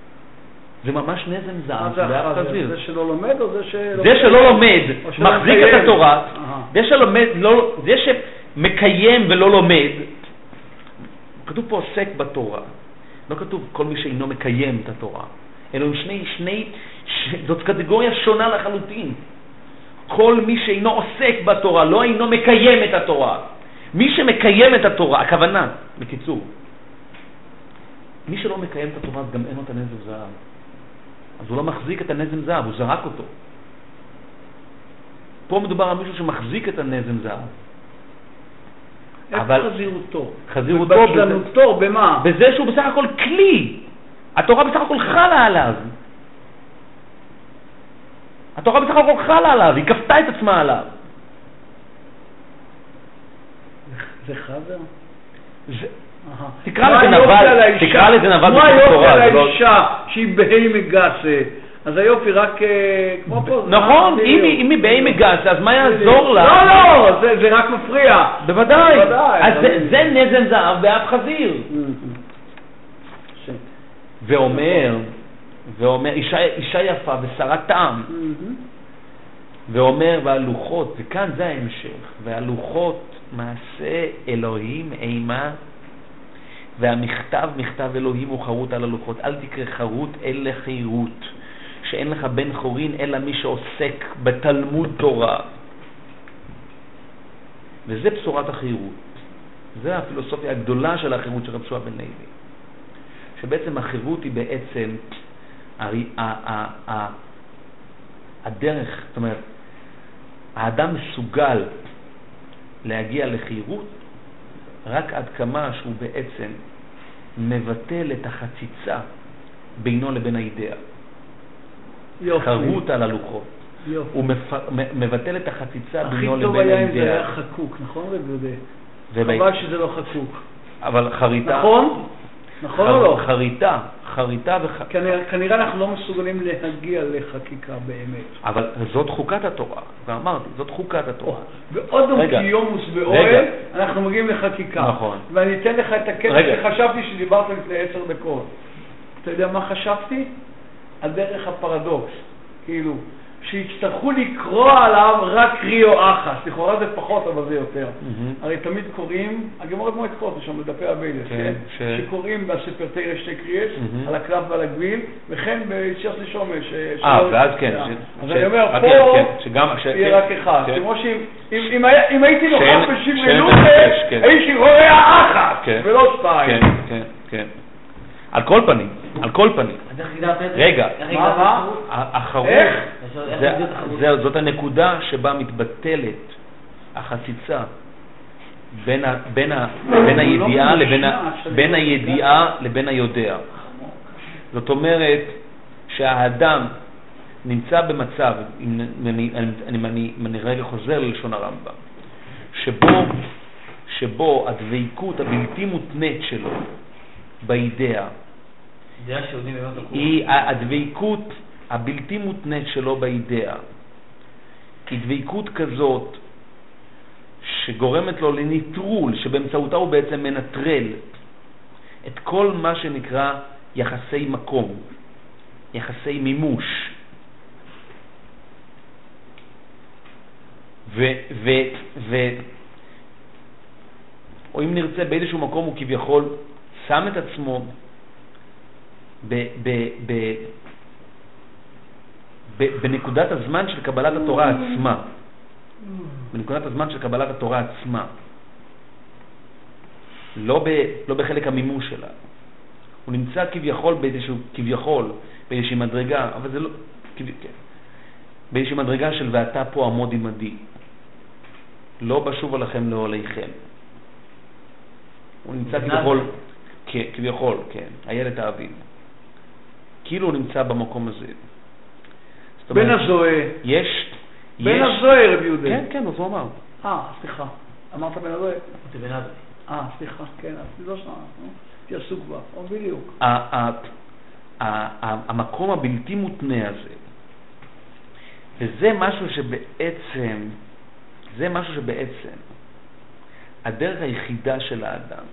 זה ממש נזם זהב באף חזיר. זה שלא לומד או זה שלא... זה שלא לומד, מחזיק את התורה, זה שלומד, זה שמקיים ולא לומד, כתוב פה עוסק בתורה, לא כתוב כל מי שאינו מקיים את התורה, אלא שני, שני, זאת קטגוריה שונה לחלוטין. כל מי שאינו עוסק בתורה, לא אינו מקיים את התורה. מי שמקיים את התורה, הכוונה, בקיצור, מי שלא מקיים את התורה, אז גם אין לו את הנזם זהב. אז הוא לא מחזיק את הנזם זהב, הוא זרק אותו. פה מדובר על מישהו שמחזיק את הנזם זהב. איך חזירותו? חזירותו, בבטלנותו, במה? בזה שהוא בסך הכל כלי. התורה בסך הכל חלה עליו. התורה בסך הכל חלה עליו, היא כפתה את עצמה עליו. זה חזר? זה... תקרא לזה נבל, תקרא לזה נבל בתורה. מה היופי על האישה שהיא בהי מגסה? אז היופי רק כמו פה. נכון, אם היא בהי מגסה, אז מה יעזור לה? לא, לא, זה רק מפריע. בוודאי. אז זה נזם זהב באף חזיר. ואומר, ואומר, אישה יפה ושרת טעם. ואומר, והלוחות, וכאן זה ההמשך, והלוחות מעשה אלוהים אימה, והמכתב מכתב אלוהים הוא חרוט על הלוחות. אל תקרא חרוט אלא חירות, שאין לך בן חורין אלא מי שעוסק בתלמוד תורה. וזה בשורת החירות. זה הפילוסופיה הגדולה של החירות של רב שועה בן לוי. שבעצם החירות היא בעצם הדרך, זאת אומרת, האדם מסוגל להגיע לחירות רק עד כמה שהוא בעצם מבטל את החציצה בינו לבין האידאה. חרות על הלוחות. יופי. הוא מפ... מבטל את החציצה בינו לבין האידאה. הכי טוב היה אם זה היה חקוק, נכון רבי? חבל שזה לא חקוק. אבל חריטה... נכון? נכון או לא? חריטה, חריטה וח... כנראה אנחנו לא מסוגלים להגיע לחקיקה באמת. אבל זאת חוקת התורה, ואמרתי, זאת חוקת התורה. ועוד קיומוס באוהל, אנחנו מגיעים לחקיקה. נכון. ואני אתן לך את הקטע שחשבתי שדיברת לפני עשר דקות. אתה יודע מה חשבתי? על דרך הפרדוקס. כאילו, שיצטרכו לקרוא עליו רק ריו אחס. לכאורה זה פחות, אבל זה יותר. הרי תמיד קוראים, הגמורת מועד קוראים, שם לדפי הבילס, שקוראים בספר תרא שתי קריאס, על הקלף ועל הגביל, וכן ביציאת לשומש. אה, ואז כן. אז אני אומר, פה יהיה רק אחד. כמו שאם הייתי נוכח בשברי לוקה, הייתי רואה אחת, ולא שתיים. כן, כן, כן. על כל פנים. על כל פנים. אז איך הגדרת את זה? רגע, איך מה, הגדרת מה? את זה? החרות, איך? איך זה- הגדרת החרות? זה- זאת הנקודה שבה מתבטלת החציצה בין ה- בין ה- בין הידיעה לבין ה- בין הידיעה לבין היודע. זאת אומרת שהאדם נמצא במצב, אם אני, אני, אני, אני רגע חוזר ללשון הרמב"ם, שבו, שבו הדבקות הבלתי מותנית שלו באידאה, דעה שיודעים באמת הכול. היא הדבקות הבלתי מותנית שלו באידאה, היא דבקות כזאת שגורמת לו לניטרול, שבאמצעותה הוא בעצם מנטרל את כל מה שנקרא יחסי מקום, יחסי מימוש. ו, ו, ו, או אם נרצה באיזשהו מקום הוא כביכול שם את עצמו ב, ב, ב, ב, בנקודת הזמן של קבלת התורה עצמה. בנקודת הזמן של קבלת התורה עצמה. לא, ב, לא בחלק המימוש שלה. הוא נמצא כביכול באיזשהו, כביכול, באיזושהי מדרגה, אבל זה לא, כביכול, באיזושהי מדרגה של ואתה פה עמוד עמדי. לא בשוב עליכם לעוליכם. הוא נמצא כביכול, כן, כביכול, כן, הילד האביב. כאילו הוא נמצא במקום הזה. בין הזוהה. יש, בין יש, הזוהה רבי יהודה. כן, כן, אז הוא אמר. אה, סליחה. אמרת בין הזוהה? זה בין הזוהה. אה, סליחה, כן, אז לא שמה. הייתי עסוק בה, או בדיוק. ה- ה- ה- ה- המקום הבלתי מותנה הזה, וזה משהו שבעצם, זה משהו שבעצם, הדרך היחידה של האדם,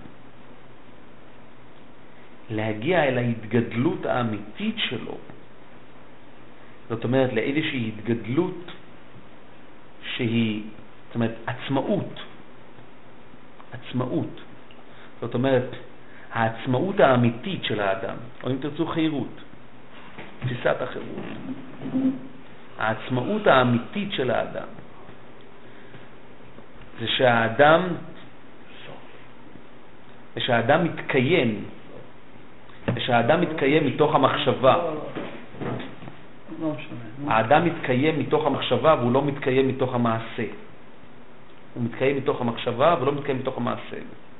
להגיע אל ההתגדלות האמיתית שלו, זאת אומרת לאיזושהי התגדלות שהיא, זאת אומרת עצמאות, עצמאות, זאת אומרת העצמאות האמיתית של האדם, או אם תרצו חירות, תפיסת החירות, העצמאות האמיתית של האדם, זה שהאדם, זה שהאדם מתקיים, זה שהאדם מתקיים מתוך המחשבה. לא משנה. האדם מתקיים מתוך המחשבה והוא לא מתקיים מתוך המעשה. הוא מתקיים מתוך המחשבה ולא מתקיים מתוך המעשה.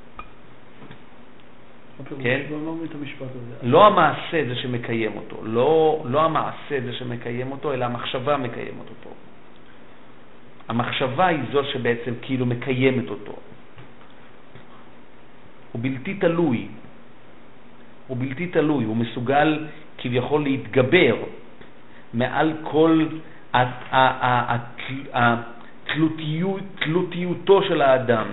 כן? לא מבין את המשפט הזה. לא המעשה זה שמקיים אותו, לא, לא המעשה זה שמקיים אותו, אלא המחשבה מקיימת אותו. המחשבה היא זו שבעצם כאילו מקיימת אותו. הוא בלתי תלוי. הוא בלתי תלוי, הוא מסוגל כביכול להתגבר מעל כל התלותיותו של האדם,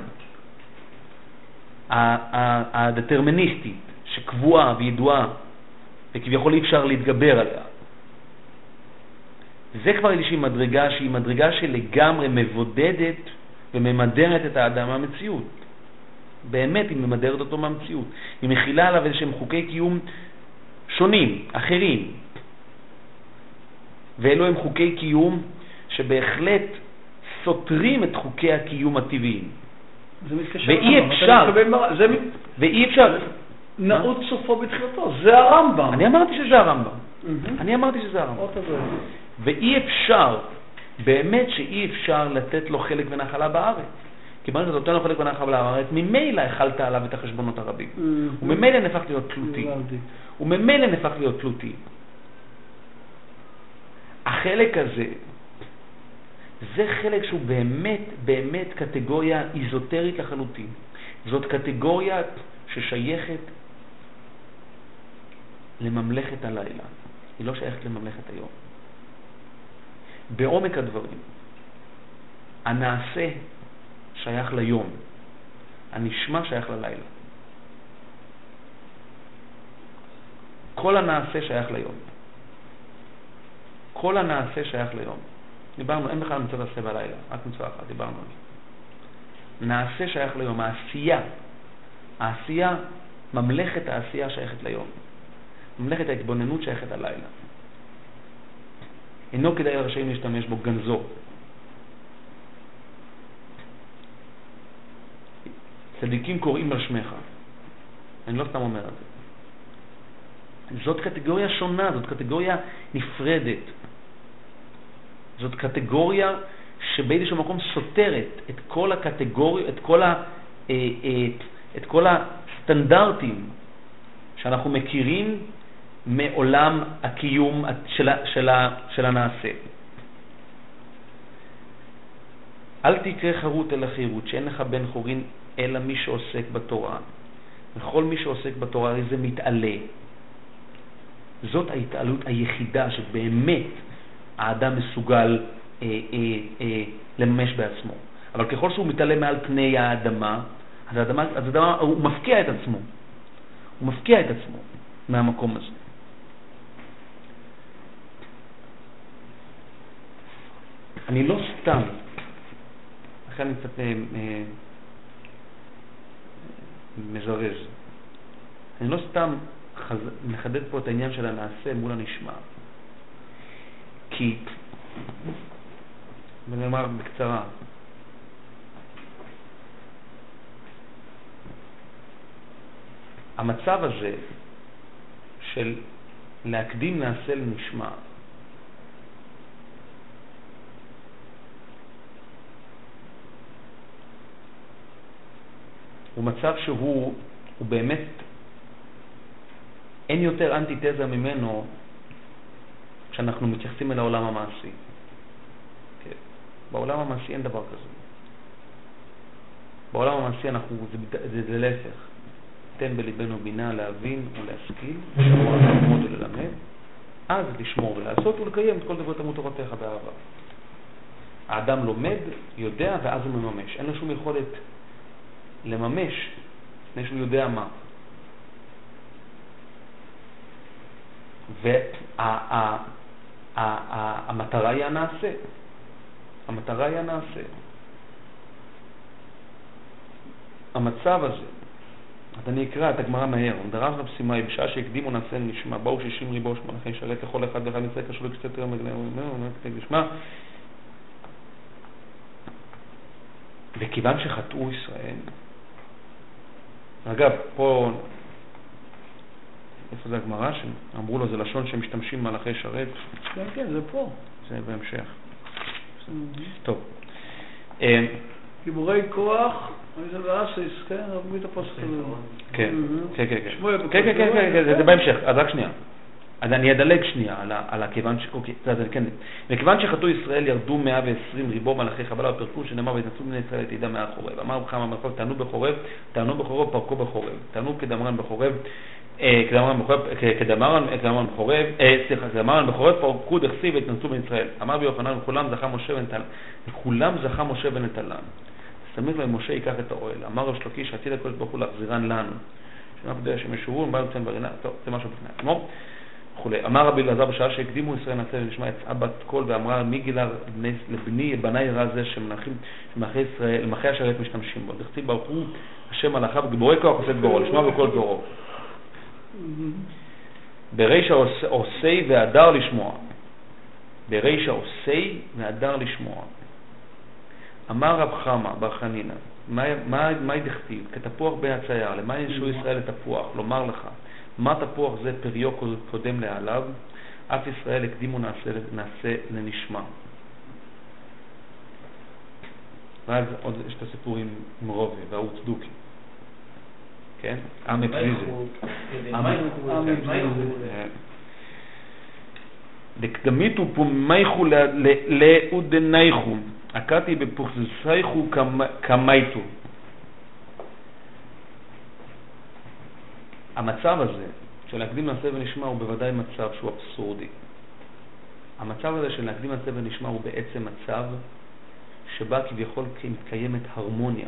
הדטרמיניסטית, שקבועה וידועה, וכביכול אי אפשר להתגבר עליה. זה כבר איזושהי מדרגה שהיא מדרגה שלגמרי מבודדת וממדרת את האדם מהמציאות. באמת היא ממדרת אותו מהמציאות. היא מכילה עליו איזשהם חוקי קיום שונים, אחרים. ואלו הם חוקי קיום שבהחלט סותרים את חוקי הקיום הטבעיים. זה מתקשר. ואי אפשר, זה ואי אפשר, נעוץ סופו בתחילתו, זה הרמב"ם. אני אמרתי שזה הרמב"ם. אני אמרתי שזה הרמב"ם. עוד הזה. ואי אפשר, באמת שאי אפשר לתת לו חלק ונחלה בארץ. כיוון שאתה נותן לו חלק ונחלה בארץ, ממילא החלת עליו את החשבונות הרבים. וממילא נהפך להיות תלותי. וממילא נהפך להיות תלותי. החלק הזה, זה חלק שהוא באמת, באמת קטגוריה איזוטרית לחלוטין. זאת קטגוריה ששייכת לממלכת הלילה. היא לא שייכת לממלכת היום. בעומק הדברים, הנעשה שייך ליום, הנשמע שייך ללילה. כל הנעשה שייך ליום. כל הנעשה שייך ליום. דיברנו, אין בכלל מצוות עשה בלילה, רק מצווה אחת, דיברנו על זה. נעשה שייך ליום, העשייה, העשייה, ממלכת העשייה שייכת ליום. ממלכת ההתבוננות שייכת הלילה. אינו כדאי לרשעים להשתמש בו גנזו. צדיקים קוראים על שמך. אני לא סתם אומר את זה. זאת קטגוריה שונה, זאת קטגוריה נפרדת. זאת קטגוריה שבאיזשהו מקום סותרת את כל הקטגוריה, את כל, ה, את, את כל הסטנדרטים שאנחנו מכירים מעולם הקיום של, של, של הנעשה. אל תקרא חרות אלא חירות, שאין לך בן חורין אלא מי שעוסק בתורה. וכל מי שעוסק בתורה הרי זה מתעלה. זאת ההתעלות היחידה שבאמת האדם מסוגל אה, אה, אה, לממש בעצמו. אבל ככל שהוא מתעלה מעל פני האדמה, אז האדמה, אז האדמה הוא מפקיע את עצמו. הוא מפקיע את עצמו מהמקום הזה. אני לא סתם, לכן אני קצת אה, אה, מזרז. אני לא סתם חז... מחדד פה את העניין של הנעשה מול הנשמע. כי, ואני אומר בקצרה, המצב הזה של להקדים נעשה לנשמע, הוא מצב שהוא הוא באמת, אין יותר אנטיתזה ממנו כשאנחנו מתייחסים אל העולם המעשי. כן. בעולם המעשי אין דבר כזה. בעולם המעשי אנחנו, זה, זה, זה להפך. תן בליבנו בינה להבין ולהשכיל, לשמוע, ללמוד וללמד, אז לשמור ולעשות ולקיים את כל דבר תלמוד תורתך באהבה. האדם לומד, יודע, ואז הוא מממש. אין לו שום יכולת לממש לפני שהוא יודע מה. והמטרה היא הנעשה. המטרה היא הנעשה. המצב הזה, אז אני אקרא את הגמרא מהר. דרש רב סימאי, בשעה שהקדימו נעשה נשמע, באו שישים ריבו שמלאכי שרת לכל אחד ואחד מצא קשור לקצת יותר נשמע. וכיוון שחטאו ישראל, אגב, פה, איפה זה הגמרא? שאמרו לו, זה לשון שמשתמשים מלאכי שרת. כן, כן, זה פה. זה בהמשך. טוב. גיבורי כוח, איזה ואסיס, כן, רבי את הפוסק הזה. כן, כן, כן. כן, כן, כן, זה בהמשך. אז רק שנייה. אז אני אדלג שנייה על הכיוון ש... אוקיי, זה כן. וכיוון שחטאו ישראל ירדו מאה ועשרים ריבו מלאכי חבלה ופרקו, שנאמר והתנצלו בני ישראל לתעידה מהחורב. אמר בכמה מלכות, תענו בחורב, תענו בחורב, פרקו בחורב. תענו כדמרן בחורב, כדמרן בחורב, כדמרן בחורב, סליחה, כדמרן בחורב, פרקו דכסי והתנצלו בני ישראל. אמר ביוחנן, וכולם זכה משה ונטלן. וכולם זכה משה ונטלן. סמך להם משה ייקח את האוהל. אמר רב שלקיש, עתיד הקדוש ברוך הוא להחזירן לנו. שנה בדרך שמשורון, בא לציין ברינה. טוב, זה משהו בפני עצמו. אמר רבי אלעזר, בשעה שהקדימו ישראל נעשה ונשמע, יצאה בת קול ואמרה, מי גילה לבני בני רע זה שמלאכי ישראל, למלאכי השרת משתמשים בו. דכתיב ברוך הוא השם מלאכיו וגיבורי כוח עושה דברו, לשמוע בכל דברו. ברישא עושי והדר לשמוע. ברישא עושי והדר לשמוע. אמר רב חמא בר חנינא, מהי דכתיב? כתפוח בהצייר, למה ישו ישראל לתפוח? לומר לך, מה תפוח זה פריו קודם לעליו? אף ישראל הקדימו נעשה, נעשה לנשמע. ואז עוד יש את הסיפור עם רובי והוא צדוקי. כן? עמק ויזה. עמק ויזה. דקדמיתו פה מייכו לאודנייכו. עקתי בפוחזסייכו כמייתו. המצב הזה של להקדים נעשה ונשמע הוא בוודאי מצב שהוא אבסורדי. המצב הזה של להקדים נעשה ונשמע הוא בעצם מצב שבה כביכול מתקיימת הרמוניה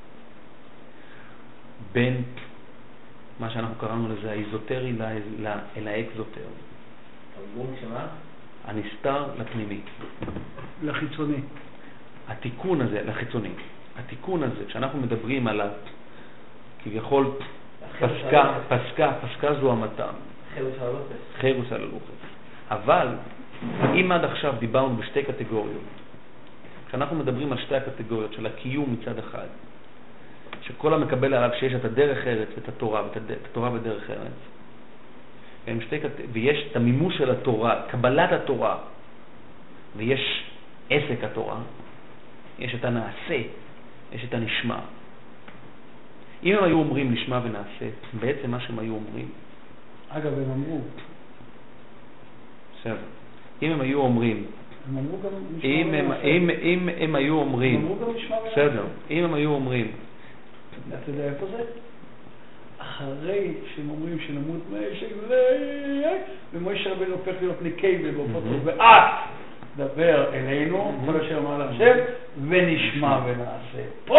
בין מה שאנחנו קראנו לזה האיזוטרי אל האקזוטרי. תרגום שמה? הנסתר לפנימי. לחיצוני. התיקון הזה, לחיצוני. התיקון הזה, כשאנחנו מדברים על כביכול פסקה, פסקה, פסקה זו המתם. חירוס על הלוחס. חירוס על הלוחס. אבל אם עד עכשיו דיברנו בשתי קטגוריות, כשאנחנו מדברים על שתי הקטגוריות של הקיום מצד אחד, שכל המקבל עליו שיש את הדרך ארץ ואת התורה, ואת התורה ודרך ארץ, הם שתי, ויש את המימוש של התורה, קבלת התורה, ויש עסק התורה, יש את הנעשה, יש את הנשמע. אם הם היו אומרים נשמע ונעשה, בעצם מה שהם היו אומרים, אגב, הם אמרו. בסדר. אם הם היו אומרים, הם אמרו גם נשמע אם הם, ונעשה. אם, אם הם היו אומרים, הם אמרו גם נשמע ונעשה. בסדר. אם הם היו אומרים, אתה יודע איפה זה? אחרי שהם אומרים שנמות מהאש הזה, ומשה רבנו הופך להיות נקי ובופות לו, ואת דבר אלינו, כל אשר אמר להשם, ונשמע ונעשה. פה!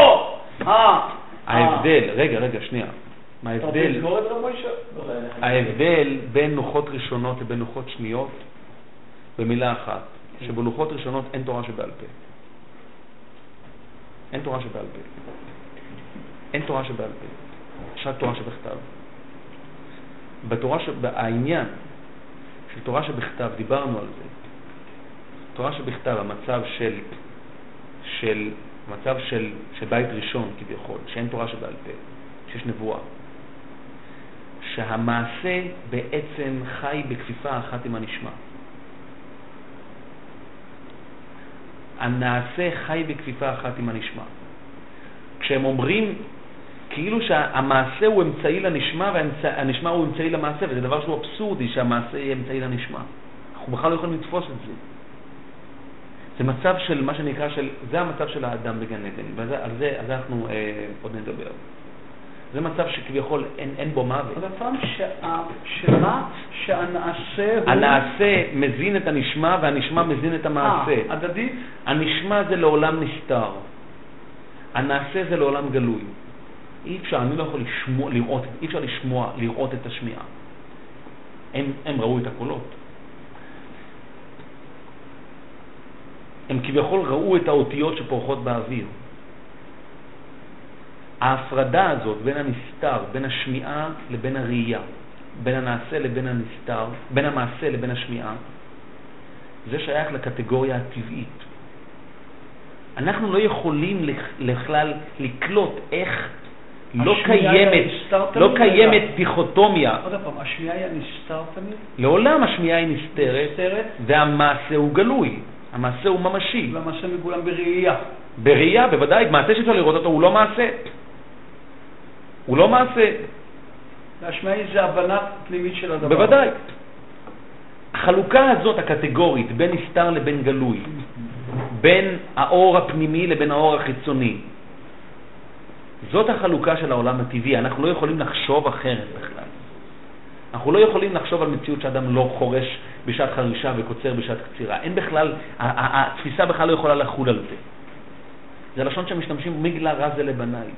ההבדל, רגע, רגע, שנייה. מה ההבדל? ההבדל בין לוחות ראשונות לבין לוחות שניות, במילה אחת, שבלוחות ראשונות אין תורה שבעל פה. אין תורה שבעל פה. אין תורה שבעל פה. יש תורה שבכתב. בתורה ש... העניין של תורה שבכתב, דיברנו על זה. תורה שבכתב, המצב של, של, המצב של, של בית ראשון כביכול, שאין תורה שבעל פה, שיש נבואה. שהמעשה בעצם חי בכפיפה אחת עם הנשמע. הנעשה חי בכפיפה אחת עם הנשמע. כשהם אומרים כאילו שהמעשה הוא אמצעי לנשמע והנשמע הוא אמצעי למעשה, וזה דבר שהוא אבסורדי שהמעשה יהיה אמצעי לנשמע. אנחנו בכלל לא יכולים לתפוס את זה. זה מצב של מה שנקרא של, זה המצב של האדם בגן עדן, ועל זה, על זה אנחנו אה, עוד נדבר. זה מצב שכביכול אין, אין בו מוות. עוד פעם שמה שהנעשה הוא... הנעשה מזין את הנשמע והנשמע מזין את המעשה. אה, הדדית? הנשמע זה לעולם נסתר. הנעשה זה לעולם גלוי. אי אפשר, אני לא יכול לשמוע, לראות, אי אפשר לשמוע, לראות את השמיעה. הם, הם ראו את הקולות. הם כביכול ראו את האותיות שפורחות באוויר. ההפרדה הזאת בין הנסתר, בין השמיעה לבין הראייה, בין הנעשה לבין הנסתר, בין המעשה לבין השמיעה, זה שייך לקטגוריה הטבעית. אנחנו לא יכולים לכלל לקלוט איך לא קיימת, לא קיימת דיכוטומיה. עוד פעם, השמיעה היא הנסתר תמיד? לעולם השמיעה היא נסתרת, והמעשה הוא גלוי. המעשה הוא ממשי. והמעשה מגולם בראייה. בראייה, בוודאי. מעשה שאפשר לראות אותו הוא לא מעשה. הוא לא מעשה. והשמיעה זה הבנה פנימית של הדבר. בוודאי. החלוקה הזאת הקטגורית בין נסתר לבין גלוי, בין האור הפנימי לבין האור החיצוני, זאת החלוקה של העולם הטבעי. אנחנו לא יכולים לחשוב אחרת בכלל. אנחנו לא יכולים לחשוב על מציאות שאדם לא חורש בשעת חרישה וקוצר בשעת קצירה. אין בכלל, התפיסה בכלל לא יכולה לחול על זה. זה לשון שמשתמשים מגלה רזה לבניי.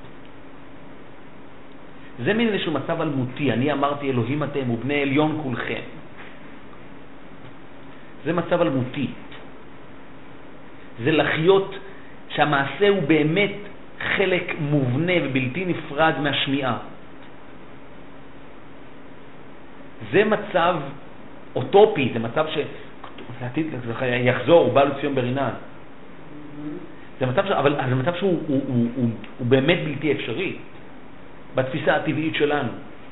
זה מין איזשהו מצב אלמותי. אני אמרתי אלוהים אתם ובני עליון כולכם. זה מצב אלמותי. זה לחיות שהמעשה הוא באמת חלק מובנה ובלתי נפרד מהשמיעה. זה מצב אוטופי, זה מצב שיחזור, הוא בא לציון ברינן. זה מצב ש... אבל זה מצב שהוא הוא, הוא, הוא, הוא באמת בלתי אפשרי בתפיסה הטבעית שלנו.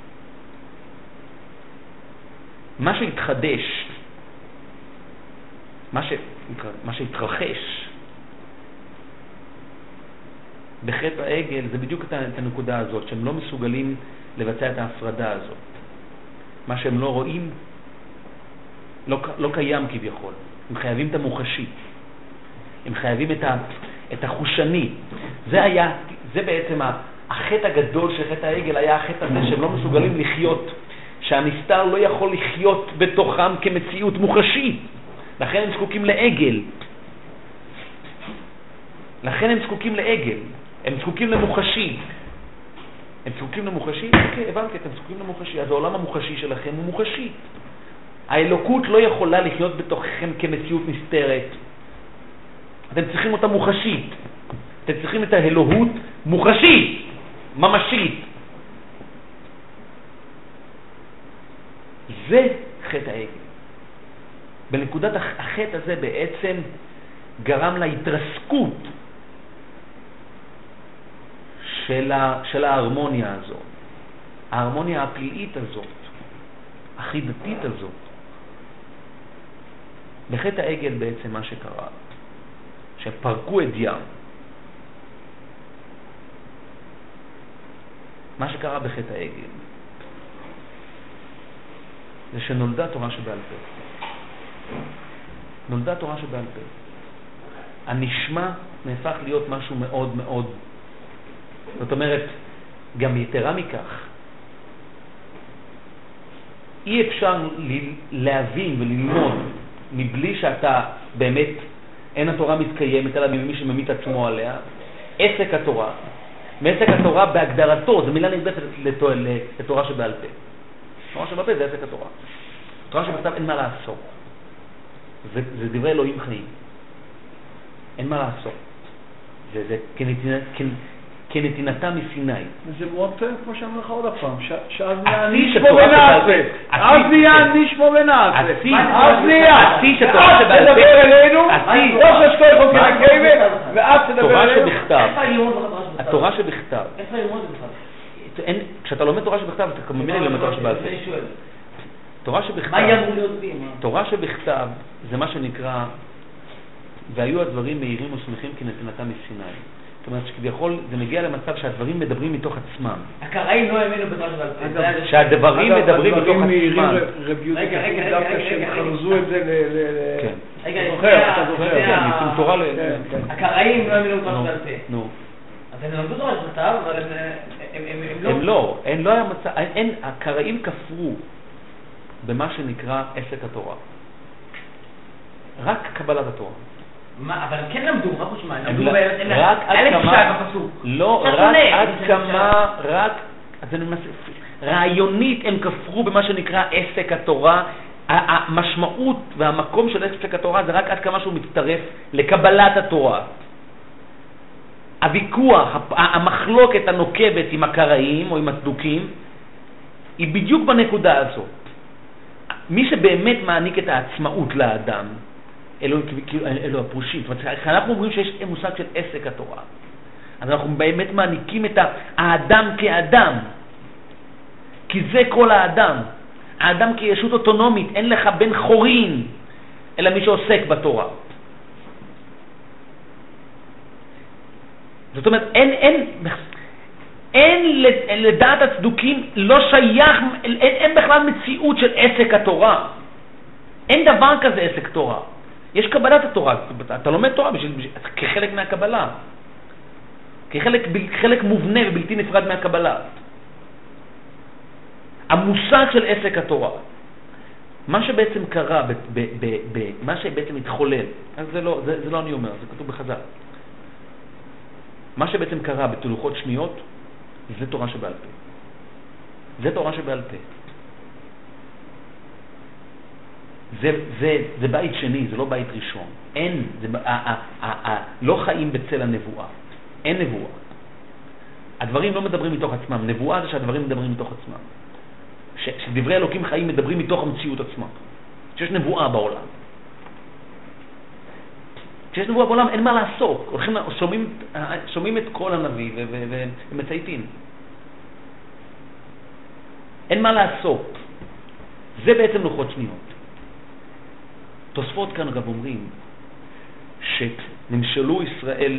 מה שהתחדש, מה, ש... מה שהתרחש בחטא העגל, זה בדיוק את הנקודה הזאת, שהם לא מסוגלים לבצע את ההפרדה הזאת. מה שהם לא רואים לא, לא קיים כביכול. הם חייבים את המוחשי. הם חייבים את, ה, את החושני. זה היה, זה בעצם החטא הגדול של חטא העגל, היה החטא הזה שהם לא מסוגלים לחיות, שהנסתר לא יכול לחיות בתוכם כמציאות מוחשית. לכן הם זקוקים לעגל. לכן הם זקוקים לעגל. הם זקוקים למוחשי. הם זקוקים למוחשי? אוקיי, הבנתי, אתם זקוקים למוחשי. אז העולם המוחשי שלכם הוא מוחשי. האלוקות לא יכולה לחיות בתוככם כמציאות נסתרת. אתם צריכים אותה מוחשית. אתם צריכים את האלוהות מוחשית, ממשית. זה חטא העגל. בנקודת החטא הזה בעצם גרם להתרסקות של, ה, של ההרמוניה הזאת, ההרמוניה הפלאית הזאת, החידתית הזאת. בחטא העגל בעצם מה שקרה, שפרקו את ים. מה שקרה בחטא העגל זה שנולדה תורה שבעל פה. נולדה תורה שבעל פה. הנשמע נהפך להיות משהו מאוד מאוד, זאת אומרת, גם יתרה מכך, אי אפשר להבין וללמוד מבלי שאתה באמת, אין התורה מתקיימת אלא ממי שממית עצמו עליה. עסק התורה, מעסק התורה בהגדרתו, זו מילה נרדפת לתורה שבעל פה. תורה שבעל פה זה עסק התורה. תורה שבכתב אין מה לעשות. זה, זה דברי אלוהים חיים. אין מה לעשות. זה, זה כנתינת, כנתינתה מסיני. זה מאוד כמו שאמר לך עוד הפעם, שאז נהיה נשמו ונעשה. אז נהיה נשמו ונעשה. אז נהיה. עשי שתורה שבעל פה. תדבר אלינו, ראש אשכול חוקי הקיימת, ואז תדבר אלינו. התורה שבכתב. איפה ללמוד את זה? כשאתה לומד תורה שבכתב, אתה ממילא לומד תורה שבעל פה. תורה שבכתב. מה יאמרו להיות בי? תורה שבכתב זה מה שנקרא, והיו הדברים מהירים ושמחים כנתינתם מסיני. זאת אומרת שכביכול זה מגיע למצב שהדברים מדברים מתוך עצמם. הקראים לא האמינו בתורה שבעל פה. שהדברים מדברים מתוך עצמם. רגע, רגע, דווקא שחרזו את זה ל... כן. אתה זוכר, אתה זוכר. כן, ניסים תורה ל... הקראים לא האמינו בתורה שבעל פה. נו. אז הם למדו תורה שבכתב, אבל הם לא. הם לא היה מצב... הקראים כפרו במה שנקרא עסק התורה. רק קבלת התורה. מה, אבל כן למדו, מה חושבים? למדו רק עד כמה, לא, רק עד כמה, רק, אז אני מנסה, רעיונית הם כפרו במה שנקרא עסק התורה. המשמעות והמקום של עסק התורה זה רק עד כמה שהוא מצטרף לקבלת התורה. הוויכוח, המחלוקת הנוקבת עם הקראים או עם הצדוקים, היא בדיוק בנקודה הזו. מי שבאמת מעניק את העצמאות לאדם, אלו, אלו הפרושים. זאת אומרת, אנחנו אומרים שיש מושג של עסק התורה. אז אנחנו באמת מעניקים את האדם כאדם. כי זה כל האדם. האדם כישות אוטונומית, אין לך בן חורין, אלא מי שעוסק בתורה. זאת אומרת, אין, אין, אין לדעת הצדוקים, לא שייך, אין, אין בכלל מציאות של עסק התורה. אין דבר כזה עסק תורה. יש קבלת התורה, אתה לומד תורה בשביל, בשביל, כחלק מהקבלה, כחלק חלק מובנה ובלתי נפרד מהקבלה. המושג של עסק התורה, מה שבעצם קרה, ב, ב, ב, ב, מה שבעצם התחולל, אז זה לא, זה, זה לא אני אומר, זה כתוב בחז"ל. מה שבעצם קרה בתלוחות שניות, זה תורה שבעל פה. זה תורה שבעל פה. זה, זה, זה בית שני, זה לא בית ראשון. אין, זה, ה, ה, ה, ה, לא חיים בצל הנבואה. אין נבואה. הדברים לא מדברים מתוך עצמם. נבואה זה שהדברים מדברים מתוך עצמם. ש, שדברי אלוקים חיים מדברים מתוך המציאות עצמה. שיש נבואה בעולם. כשיש נבואה בעולם אין מה לעסוק. הולכים, שומעים, שומעים את כל הנביא ומצייתים. אין מה לעסוק. זה בעצם לוחות שניות. תוספות כאן אגב אומרים שנמשלו ישראל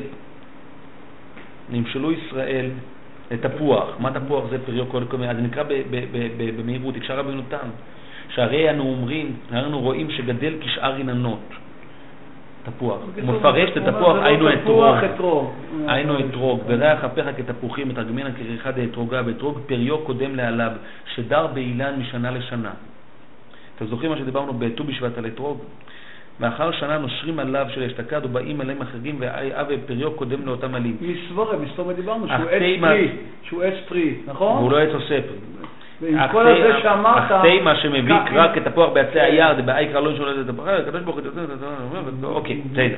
נמשלו ישראל לתפוח. מה תפוח? זה פריו כל כל מיני. אז זה נקרא במהירות, הקשר רבינו תם, שהרי אנו אומרים, אנו רואים שגדל כשאר ריננות. תפוח. הוא מפרש את התפוח היינו אתרוג. היינו אתרוג. וריח אפיך כתפוחים, מתרגמנה כריכה דאתרוגה, ואתרוג פריו קודם לעליו, שדר באילן משנה לשנה. אתם זוכרים מה שדיברנו בט"ו בשבט על אתרוג? מאחר שנה נושרים עליו של אשתקד ובאים עליהם אחרים והאי פריו קודם לאותם עלים. מסבורה, מסתובב דיברנו שהוא עץ פרי, שהוא עץ פרי, נכון? הוא לא עץ עושה פרי. ועם כל הזה שאמרת... החטא שמביא רק את הפוח בעצי היער, זה באי קרא לא שולט את הפוח, הקדוש ברוך הוא... אוקיי, בסדר.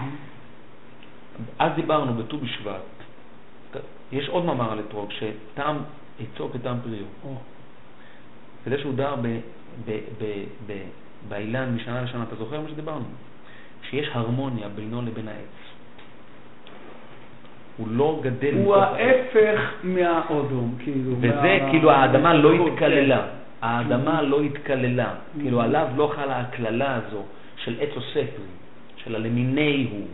אז דיברנו בט"ו בשבט, יש עוד מאמר על אתרוג, שטעם עצו כטעם פריו. כדי שהוא דר באילן משנה לשנה, אתה זוכר מה שדיברנו? שיש הרמוניה בינו לבין העץ. הוא לא גדל... הוא ההפך מהאודום, כאילו. וזה כאילו האדמה לא התקללה. האדמה לא התקללה, כאילו עליו לא חלה הכללה הזו של אתו ספרי, של הלמיני הוא.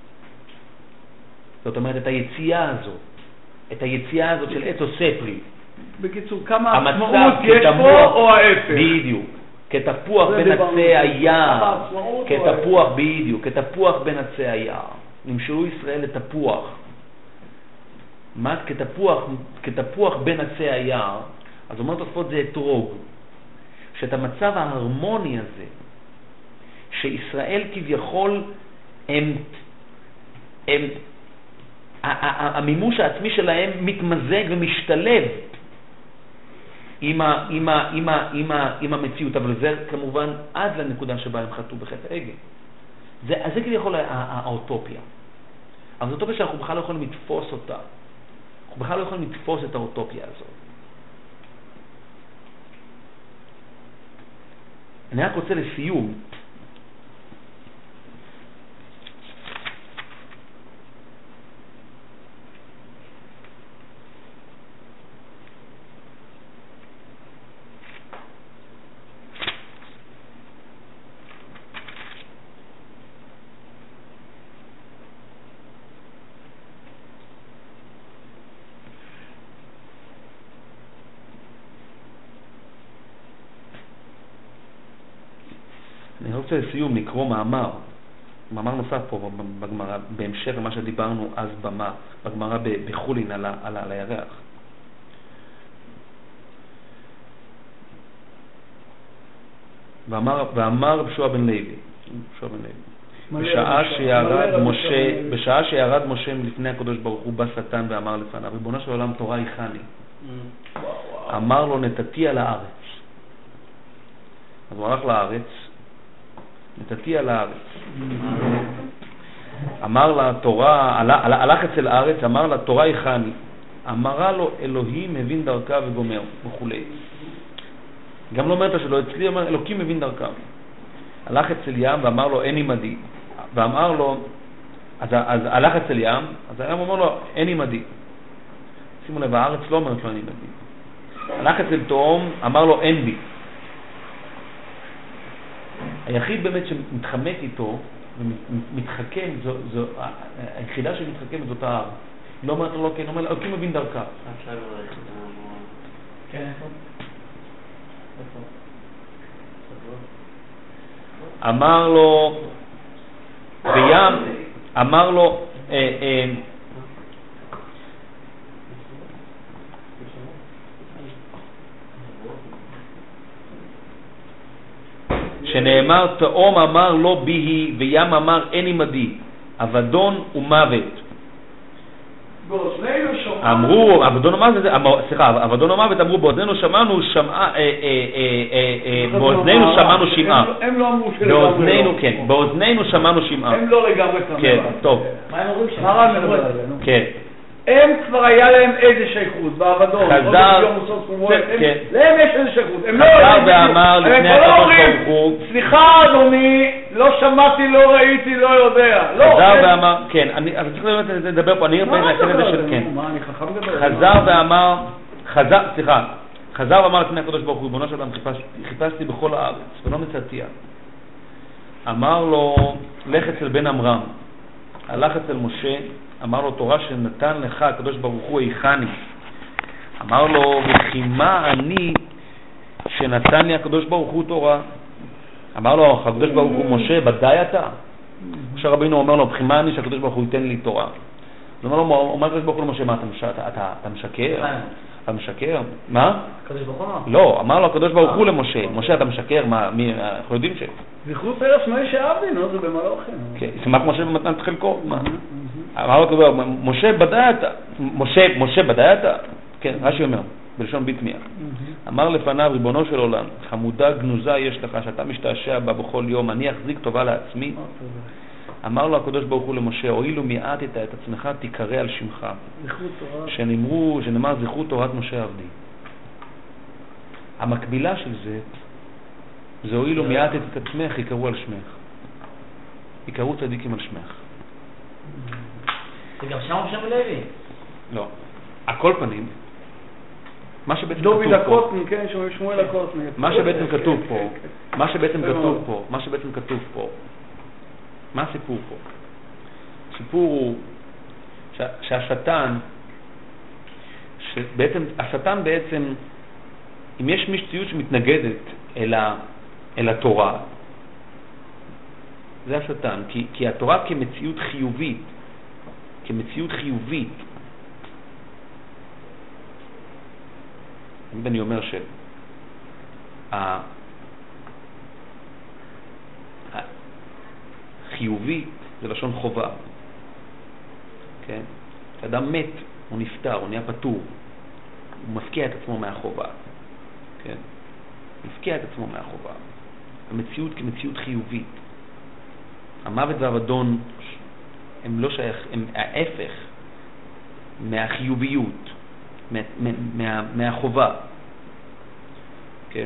זאת אומרת, את היציאה הזאת, את היציאה הזאת של אתו ספרי. בקיצור, כמה עצמאות יש פה או ההפך? בדיוק. כתפוח בין עצי היער, כתפוח בדיוק, כתפוח בין עצי היער. נמשלו ישראל לתפוח. מה כתפוח, כתפוח בין עצי היער, אז אומרת תוספות זה אתרוג. שאת המצב ההרמוני הזה, שישראל כביכול הם, הם, המימוש העצמי שלהם מתמזג ומשתלב עם, ה, עם, ה, עם, ה, עם, ה, עם המציאות, אבל זה כמובן עד לנקודה שבה הם חטאו בחטא העגל. זה, אז זה כביכול האוטופיה. אבל זו אוטופיה שאנחנו בכלל לא יכולים לתפוס אותה. אנחנו בכלל לא יכולים לתפוס את האוטופיה הזאת. אני רק רוצה לסיום אני רוצה לסיום לקרוא מאמר, מאמר נוסף פה בגמרא, בהמשך למה שדיברנו אז במה, בגמרא בחולין על, על, על הירח. ואמר, ואמר רב שועה בן לוי, שועה בן לוי, בשעה שירד משה, בשעה שירד משה לפני הקדוש ברוך הוא, בא שטן ואמר לפניו, ריבונו של עולם תורה היכני. אמר לו נתתי על הארץ. אז הוא הלך לארץ, נתתי על הארץ. אמר לה תורה, הלך אצל הארץ, אמר לה תורה היכני. אמרה לו אלוהים מבין דרכה וגומר וכולי. גם לא אומרת שלא אצלי, אומר אלוקים מבין דרכה. הלך אצל ים ואמר לו אין עמדי. ואמר לו, אז, אז הלך אצל ים, אז הים אומר לו אין עמדי. שימו לב, הארץ לא אומרת לו אין עמדי. הלך אצל תאום, אמר לו אין בי. היחיד באמת שמתחמק איתו ומתחכם, זו, זו, היחידה שמתחכמת זאת הארץ. לא אומרת לו כן, אומר לו, אלוקים מבין דרכה. כן, איפה? אמר לו, בים, אמר לו, אה, אה, שנאמר תאום אמר לא ביהי וים אמר אין עמדי, אבדון ומוות. אמרו, אבדון ומוות, סליחה, אבדון ומוות אמרו באוזנינו שמענו שמעה, באוזנינו שמענו שמעה. הם לא אמרו באוזנינו, כן, באוזנינו שמענו שמעה. הם לא לגמרי שמעה. כן, טוב. מה הם אומרים שם? מה רע מדבר על זה? כן. הם כבר היה להם איזה שייכות, בעבדון, חזר, כן. להם יש איזה שייכות. הם לא חזר ואמר לפני הקדוש ברוך הוא, סליחה אדוני, לא שמעתי, לא ראיתי, לא יודע. חזר ואמר, כן, אז צריך לדבר פה, אני אראה להכן את זה של כן. חזר ואמר, חזר, סליחה, חזר ואמר לפני הקדוש ברוך הוא, ריבונו של עולם, חיפשתי בכל הארץ ולא מצאתיה. אמר לו, לך אצל בן עמרם. הלך אצל משה, אמר לו תורה שנתן לך הקדוש ברוך הוא היכני. אמר לו וכי מה אני שנתן לי הקדוש ברוך הוא תורה. אמר לו הקדוש ברוך הוא משה בדי אתה. משה רבינו אומר לו וכי מה אני שהקדוש ברוך הוא ייתן לי תורה. הוא אומר לו, אומר הקדוש ברוך הוא למשה, מה אתה, אתה, אתה, אתה משקר? אתה משקר? מה? הקדוש ברוך הוא? לא, אמר לו הקדוש ברוך הוא למשה, משה אתה משקר, מה, מי, אנחנו יודעים ש... זכרו פרס מה יש אבי, נו, זה במלאכים. כן, שמח משה במתנת חלקו, מה? אמר לו, משה בדי אתה, משה, משה בדי אתה, כן, רש"י אומר, בלשון בית מיה. אמר לפניו, ריבונו של עולם, חמודה גנוזה יש לך, שאתה משתעשע בה בכל יום, אני אחזיק טובה לעצמי. אמר לו הקדוש ברוך הוא למשה, הואילו מיעטת את עצמך, תיקרא על שמך. שנאמרו, שנאמר זכרו תורת משה עבדי. המקבילה של זה, זה הואילו מיעטת את עצמך, יקראו על שמך. יקראו צדיקים על שמך. זה גם שם שם לוי? לא. על כל פנים, מה שבעצם כתוב פה, דוד הקוטן, כן, שמואל הקוטן. מה שבעצם כתוב פה, מה שבעצם כתוב פה, מה שבעצם כתוב פה, מה הסיפור פה? הסיפור הוא שהשטן, שבעצם, השטן בעצם, אם יש מציאות שמתנגדת אל, ה, אל התורה, זה השטן, כי, כי התורה כמציאות חיובית, כמציאות חיובית, אני אומר שהחיובית זה לשון חובה, כן? כשאדם מת, הוא נפטר, הוא נהיה פטור, הוא מפקיע את עצמו מהחובה, כן? מפקיע את עצמו מהחובה. המציאות כמציאות חיובית. המוות והאבדון הם לא שייך, הם ההפך מהחיוביות, מה, מה, מהחובה, כן?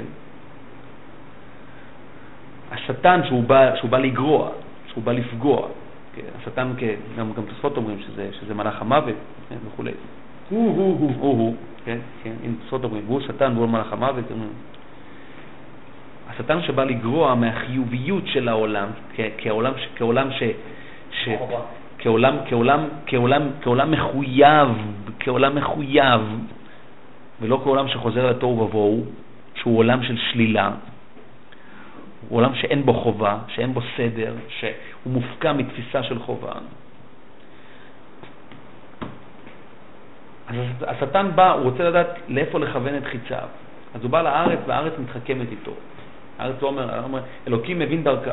השטן שהוא בא, שהוא בא לגרוע, שהוא בא לפגוע, כן? השטן, גם, גם תוספות אומרים שזה, שזה מלאך המוות, כן? וכולי. הוא, הוא, הוא. הוא, הוא, כן? כן? אם תוספות אומרים, הוא שטן, הוא מלאך המוות. השטן שבא לגרוע מהחיוביות של העולם, כעולם, כעולם ש... ש כעולם, כעולם, כעולם, כעולם מחויב, כעולם מחויב, ולא כעולם שחוזר לתוהו ובוהו, שהוא עולם של שלילה, הוא עולם שאין בו חובה, שאין בו סדר, שהוא מופקע מתפיסה של חובה. אז השטן בא, הוא רוצה לדעת לאיפה לכוון את חיציו. אז הוא בא לארץ, והארץ מתחכמת איתו. הארץ לא אומר, אומר, אלוקים מבין דרכה.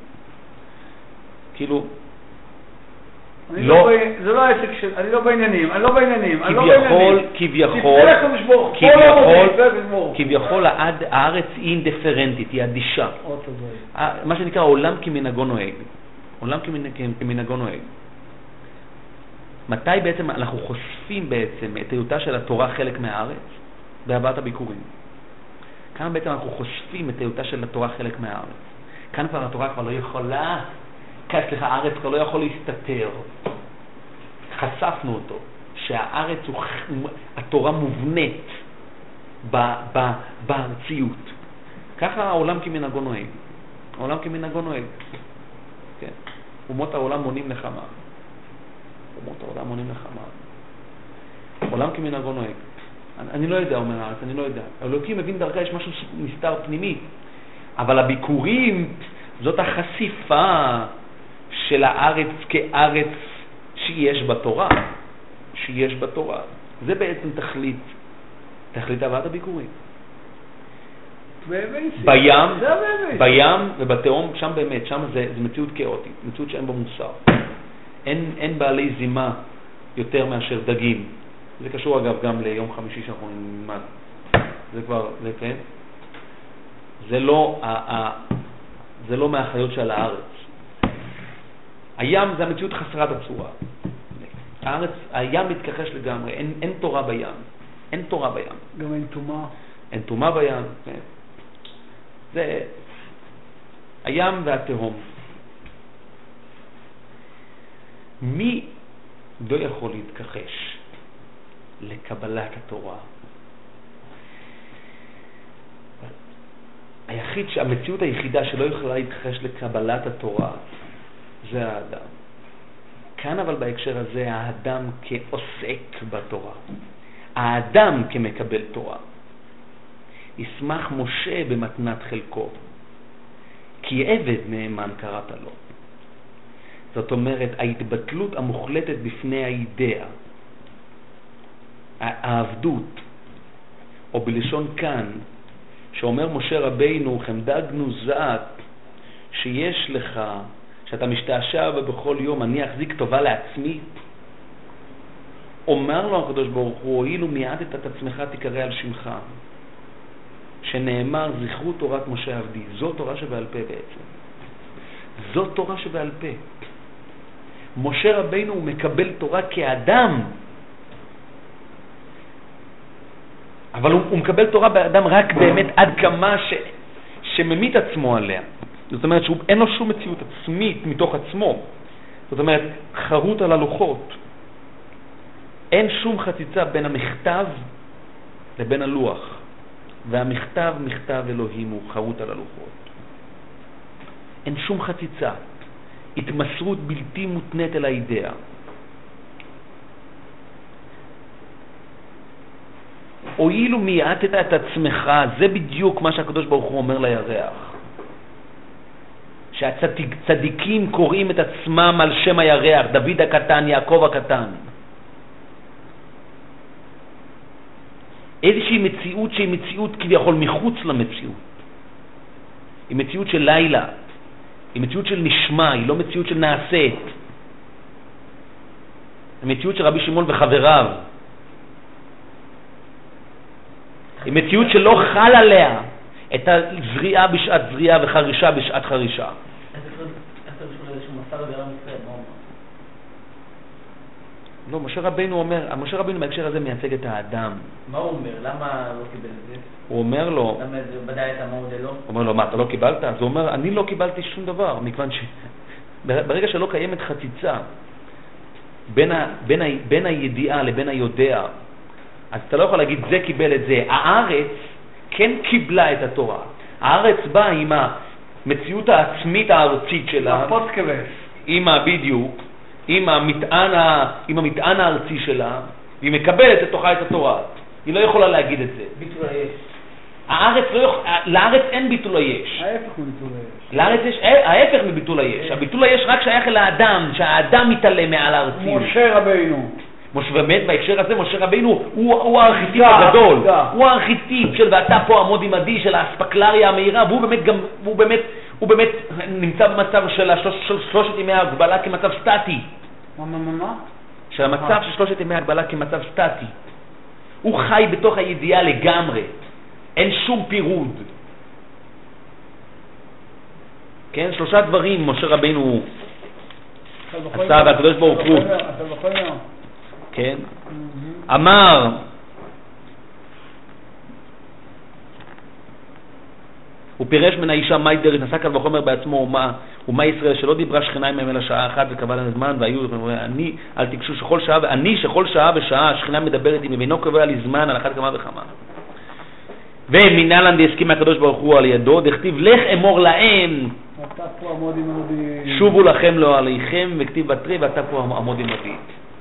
כאילו, אני לא, לא זה לא העסק של, אני לא בעניינים, אני לא בעניינים, אני לא בעניינים. כביכול, כביכול, כביכול הארץ היא אינדיפרנטית, היא אדישה. מה שנקרא עולם כמנהגו נוהג. עולם כמנהגו נוהג. מתי בעצם אנחנו חושפים בעצם את היותה של התורה חלק מהארץ? בהבאת הביקורים. כאן בעצם אנחנו חושפים את היותה של התורה חלק מהארץ. כאן כבר התורה כבר לא יכולה, כאן סליחה, הארץ כבר לא יכול להסתתר. חשפנו אותו, שהארץ הוא, התורה מובנית ב, ב, בארציות. ככה העולם כמנהגו נוהג. העולם כמנהגו נוהג. כן. אומות העולם מונים לחמה. אומות העולם מונים לחמה. עולם כמנהגו נוהג. אני, אני לא יודע, אומר הארץ, אני לא יודע. אלוקים מבין דרכה, יש משהו נסתר פנימי. אבל הביקורים, זאת החשיפה של הארץ כארץ שיש בתורה. שיש בתורה. זה בעצם תכלית. תכלית הבאת הביקורים. בים, בים ובתהום, שם באמת, שם זה, זה מציאות כאוטית, מציאות שאין בו מוסר. אין, אין בעלי זימה יותר מאשר דגים. זה קשור אגב גם ליום חמישי שאנחנו נלמד. זה כבר, זה כן. זה לא, ה, ה, זה לא מהחיות של הארץ. הים זה המציאות חסרת הצורה. הארץ, הים מתכחש לגמרי, אין, אין תורה בים. אין תורה בים. גם אין תומה. אין תומה בים, כן. זה הים והתהום. מי לא יכול להתכחש לקבלת התורה? היחיד, המציאות היחידה שלא יכולה להתכחש לקבלת התורה זה האדם. כאן אבל בהקשר הזה האדם כעוסק בתורה. האדם כמקבל תורה. ישמח משה במתנת חלקו, כי עבד נאמן קראת לו. זאת אומרת, ההתבטלות המוחלטת בפני האידאה, העבדות, או בלשון כאן, שאומר משה רבינו, חמדה גנוזת, שיש לך, שאתה משתעשע ובכל יום אני אחזיק טובה לעצמי, אומר לו הקדוש ברוך הוא, הואיל ומיעטת את עצמך תקרא על שמך, שנאמר זכרו תורת משה עבדי. זו תורה שבעל פה בעצם. זו תורה שבעל פה. משה רבינו הוא מקבל תורה כאדם, אבל הוא, הוא מקבל תורה באדם רק באמת עד כמה ש, שממית עצמו עליה. זאת אומרת שאין לו שום מציאות עצמית מתוך עצמו. זאת אומרת, חרוט על הלוחות. אין שום חציצה בין המכתב לבין הלוח, והמכתב מכתב אלוהים הוא חרוט על הלוחות. אין שום חציצה, התמסרות בלתי מותנית אל האידאה. הואילו מייעטת את עצמך, זה בדיוק מה שהקדוש ברוך הוא אומר לירח. שהצדיקים קוראים את עצמם על שם הירח, דוד הקטן, יעקב הקטן. איזושהי מציאות שהיא מציאות כביכול מחוץ למציאות. היא מציאות של לילה, היא מציאות של נשמע, היא לא מציאות של נעשית. היא מציאות של רבי שמעון וחבריו. היא מציאות שלא חל עליה את הזריעה בשעת זריעה וחרישה בשעת חרישה. איך תרשו לאיזשהו מסע לדבר ישראל? מה אומר? לא, משה רבינו אומר, משה רבינו בהקשר הזה מייצג את האדם. מה הוא אומר? למה לא קיבל את זה? הוא אומר לו... למה זה בדאי את המעודה לא? הוא אומר לו, מה, אתה לא קיבלת? אז הוא אומר, אני לא קיבלתי שום דבר, מכיוון ש... ברגע שלא קיימת חציצה בין, ה... בין, ה... בין הידיעה לבין היודע, אז אתה לא יכול להגיד, זה קיבל את זה. הארץ כן קיבלה את התורה. הארץ באה עם המציאות העצמית הארצית שלה. הפוסקבס. עם בדיוק. עם המטען, ה... עם המטען הארצי שלה, והיא מקבלת לתוכה את התורה. היא לא יכולה להגיד את זה. ביטול היש. הארץ לא יכול... לארץ אין ביטול היש. ההפך מביטול היש. לארץ יש... ההפך מביטול היש. הביטול היש רק שייך אל האדם, שהאדם מתעלה מעל הארציות. משה רבינו. משה באמת, בהקשר הזה, משה רבינו הוא, הוא הארכיטיפ הגדול. הוא הארכיטיפ של ואתה פה עמוד עמדי של האספקלריה המהירה, והוא באמת גם... הוא באמת... הוא באמת נמצא במצב של שלושת ימי ההגבלה כמצב סטטי. מה, מה, מה, מה? של המצב של שלושת ימי ההגבלה כמצב סטטי. הוא חי בתוך הידיעה לגמרי. אין שום פירוד. כן, שלושה דברים משה רבינו עשה והקדוש ברוך הוא. אתה בכל יום. כן. אמר, הוא פירש מן האישה מהי דרך, נסע קל וחומר בעצמו ומה, ומה ישראל שלא דיברה שכינה עמהם אלא שעה אחת וקבע להם זמן, והיו, אני, אל תקשו שכל שעה, אני שכל שעה ושעה השכינה מדברת עם ואינו קובע לי זמן על אחת כמה וכמה. ומנהלן דהסכים הקדוש ברוך הוא על ידו, דכתיב לך אמור להם, אתה פה עמוד עמדי. שובו לכם לא עליכם, וכתיב בתרי ואתה פה עמוד עמדי.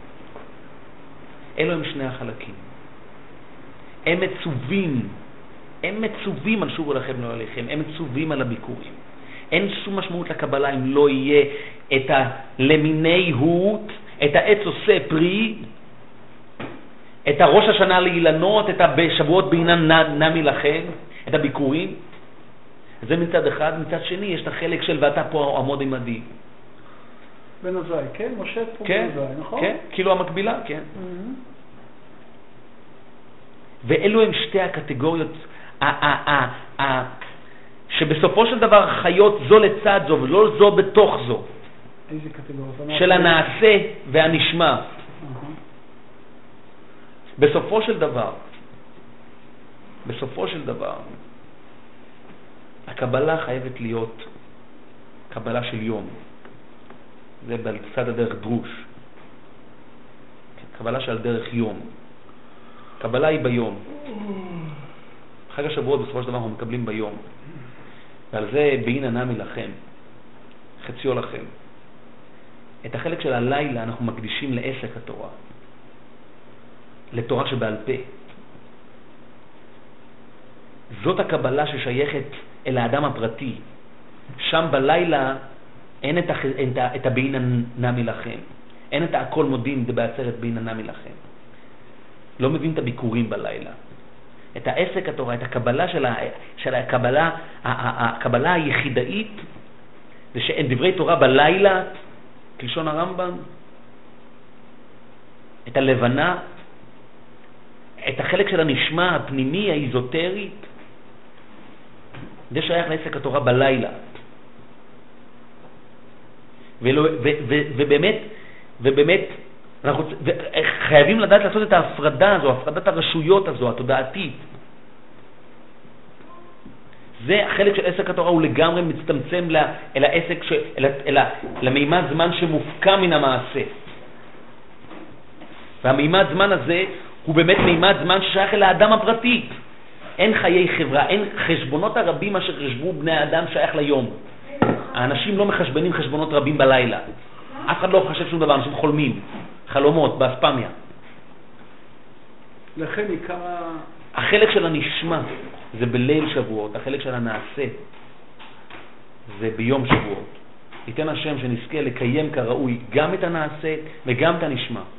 אלו הם שני החלקים. הם מצווים, הם מצווים על שובו לכם לא עליכם, הם מצווים על הביקורים. אין שום משמעות לקבלה אם לא יהיה את הלמיני הות, את העץ עושה פרי, את הראש השנה לאילנות, את השבועות בעינן נמי לכם, את הביקורים. זה מצד אחד. מצד שני יש את החלק של ואתה פה עמוד עמדי. בן עזאי, כן? משה פה כן, בן עזאי, נכון? כן, כאילו המקבילה, כן. Mm-hmm. ואלו הם שתי הקטגוריות שבסופו של דבר חיות זו לצד זו ולא זו בתוך זו. איזה קטגוריות? של הנעשה והנשמע. בסופו של דבר, בסופו של דבר, הקבלה חייבת להיות קבלה של יום. זה בצד הדרך דרוש. קבלה של דרך יום. קבלה היא ביום. חג השבועות בסופו של דבר אנחנו מקבלים ביום. ועל זה בעין הנמי לכם, חציו לכם. את החלק של הלילה אנחנו מקדישים לעסק התורה. לתורה שבעל פה. זאת הקבלה ששייכת אל האדם הפרטי. שם בלילה אין את, הח... את, ה... את הבעין הנמי לכם. אין את הכל מודים בעצרת בעין הנמי לכם. לא מבין את הביקורים בלילה. את העסק התורה, את הקבלה של, ה... של הקבלה, הקבלה היחידאית, זה שאין דברי תורה בלילה, כלשון הרמב"ם, את הלבנה, את החלק של הנשמע הפנימי, האיזוטרי, זה שייך לעסק התורה בלילה. ולא, ו, ו, ובאמת, ובאמת, אנחנו חייבים לדעת לעשות את ההפרדה הזו, הפרדת הרשויות הזו, התודעתית. זה החלק של עסק התורה, הוא לגמרי מצטמצם לה, אל העסק, ש, אל, אל, אל, למימד זמן שמופקע מן המעשה. והמימד זמן הזה הוא באמת מימד זמן ששייך אל האדם הפרטי. אין חיי חברה, אין חשבונות הרבים אשר חשבו בני האדם שייך ליום. האנשים לא מחשבנים חשבונות רבים בלילה. אף אחד לא חשב שום דבר, אנשים חולמים, חלומות, באספמיה. לכן עיקר ה... החלק של הנשמה זה בליל שבועות, החלק של הנעשה זה ביום שבועות. ייתן השם שנזכה לקיים כראוי גם את הנעשה וגם את הנשמה.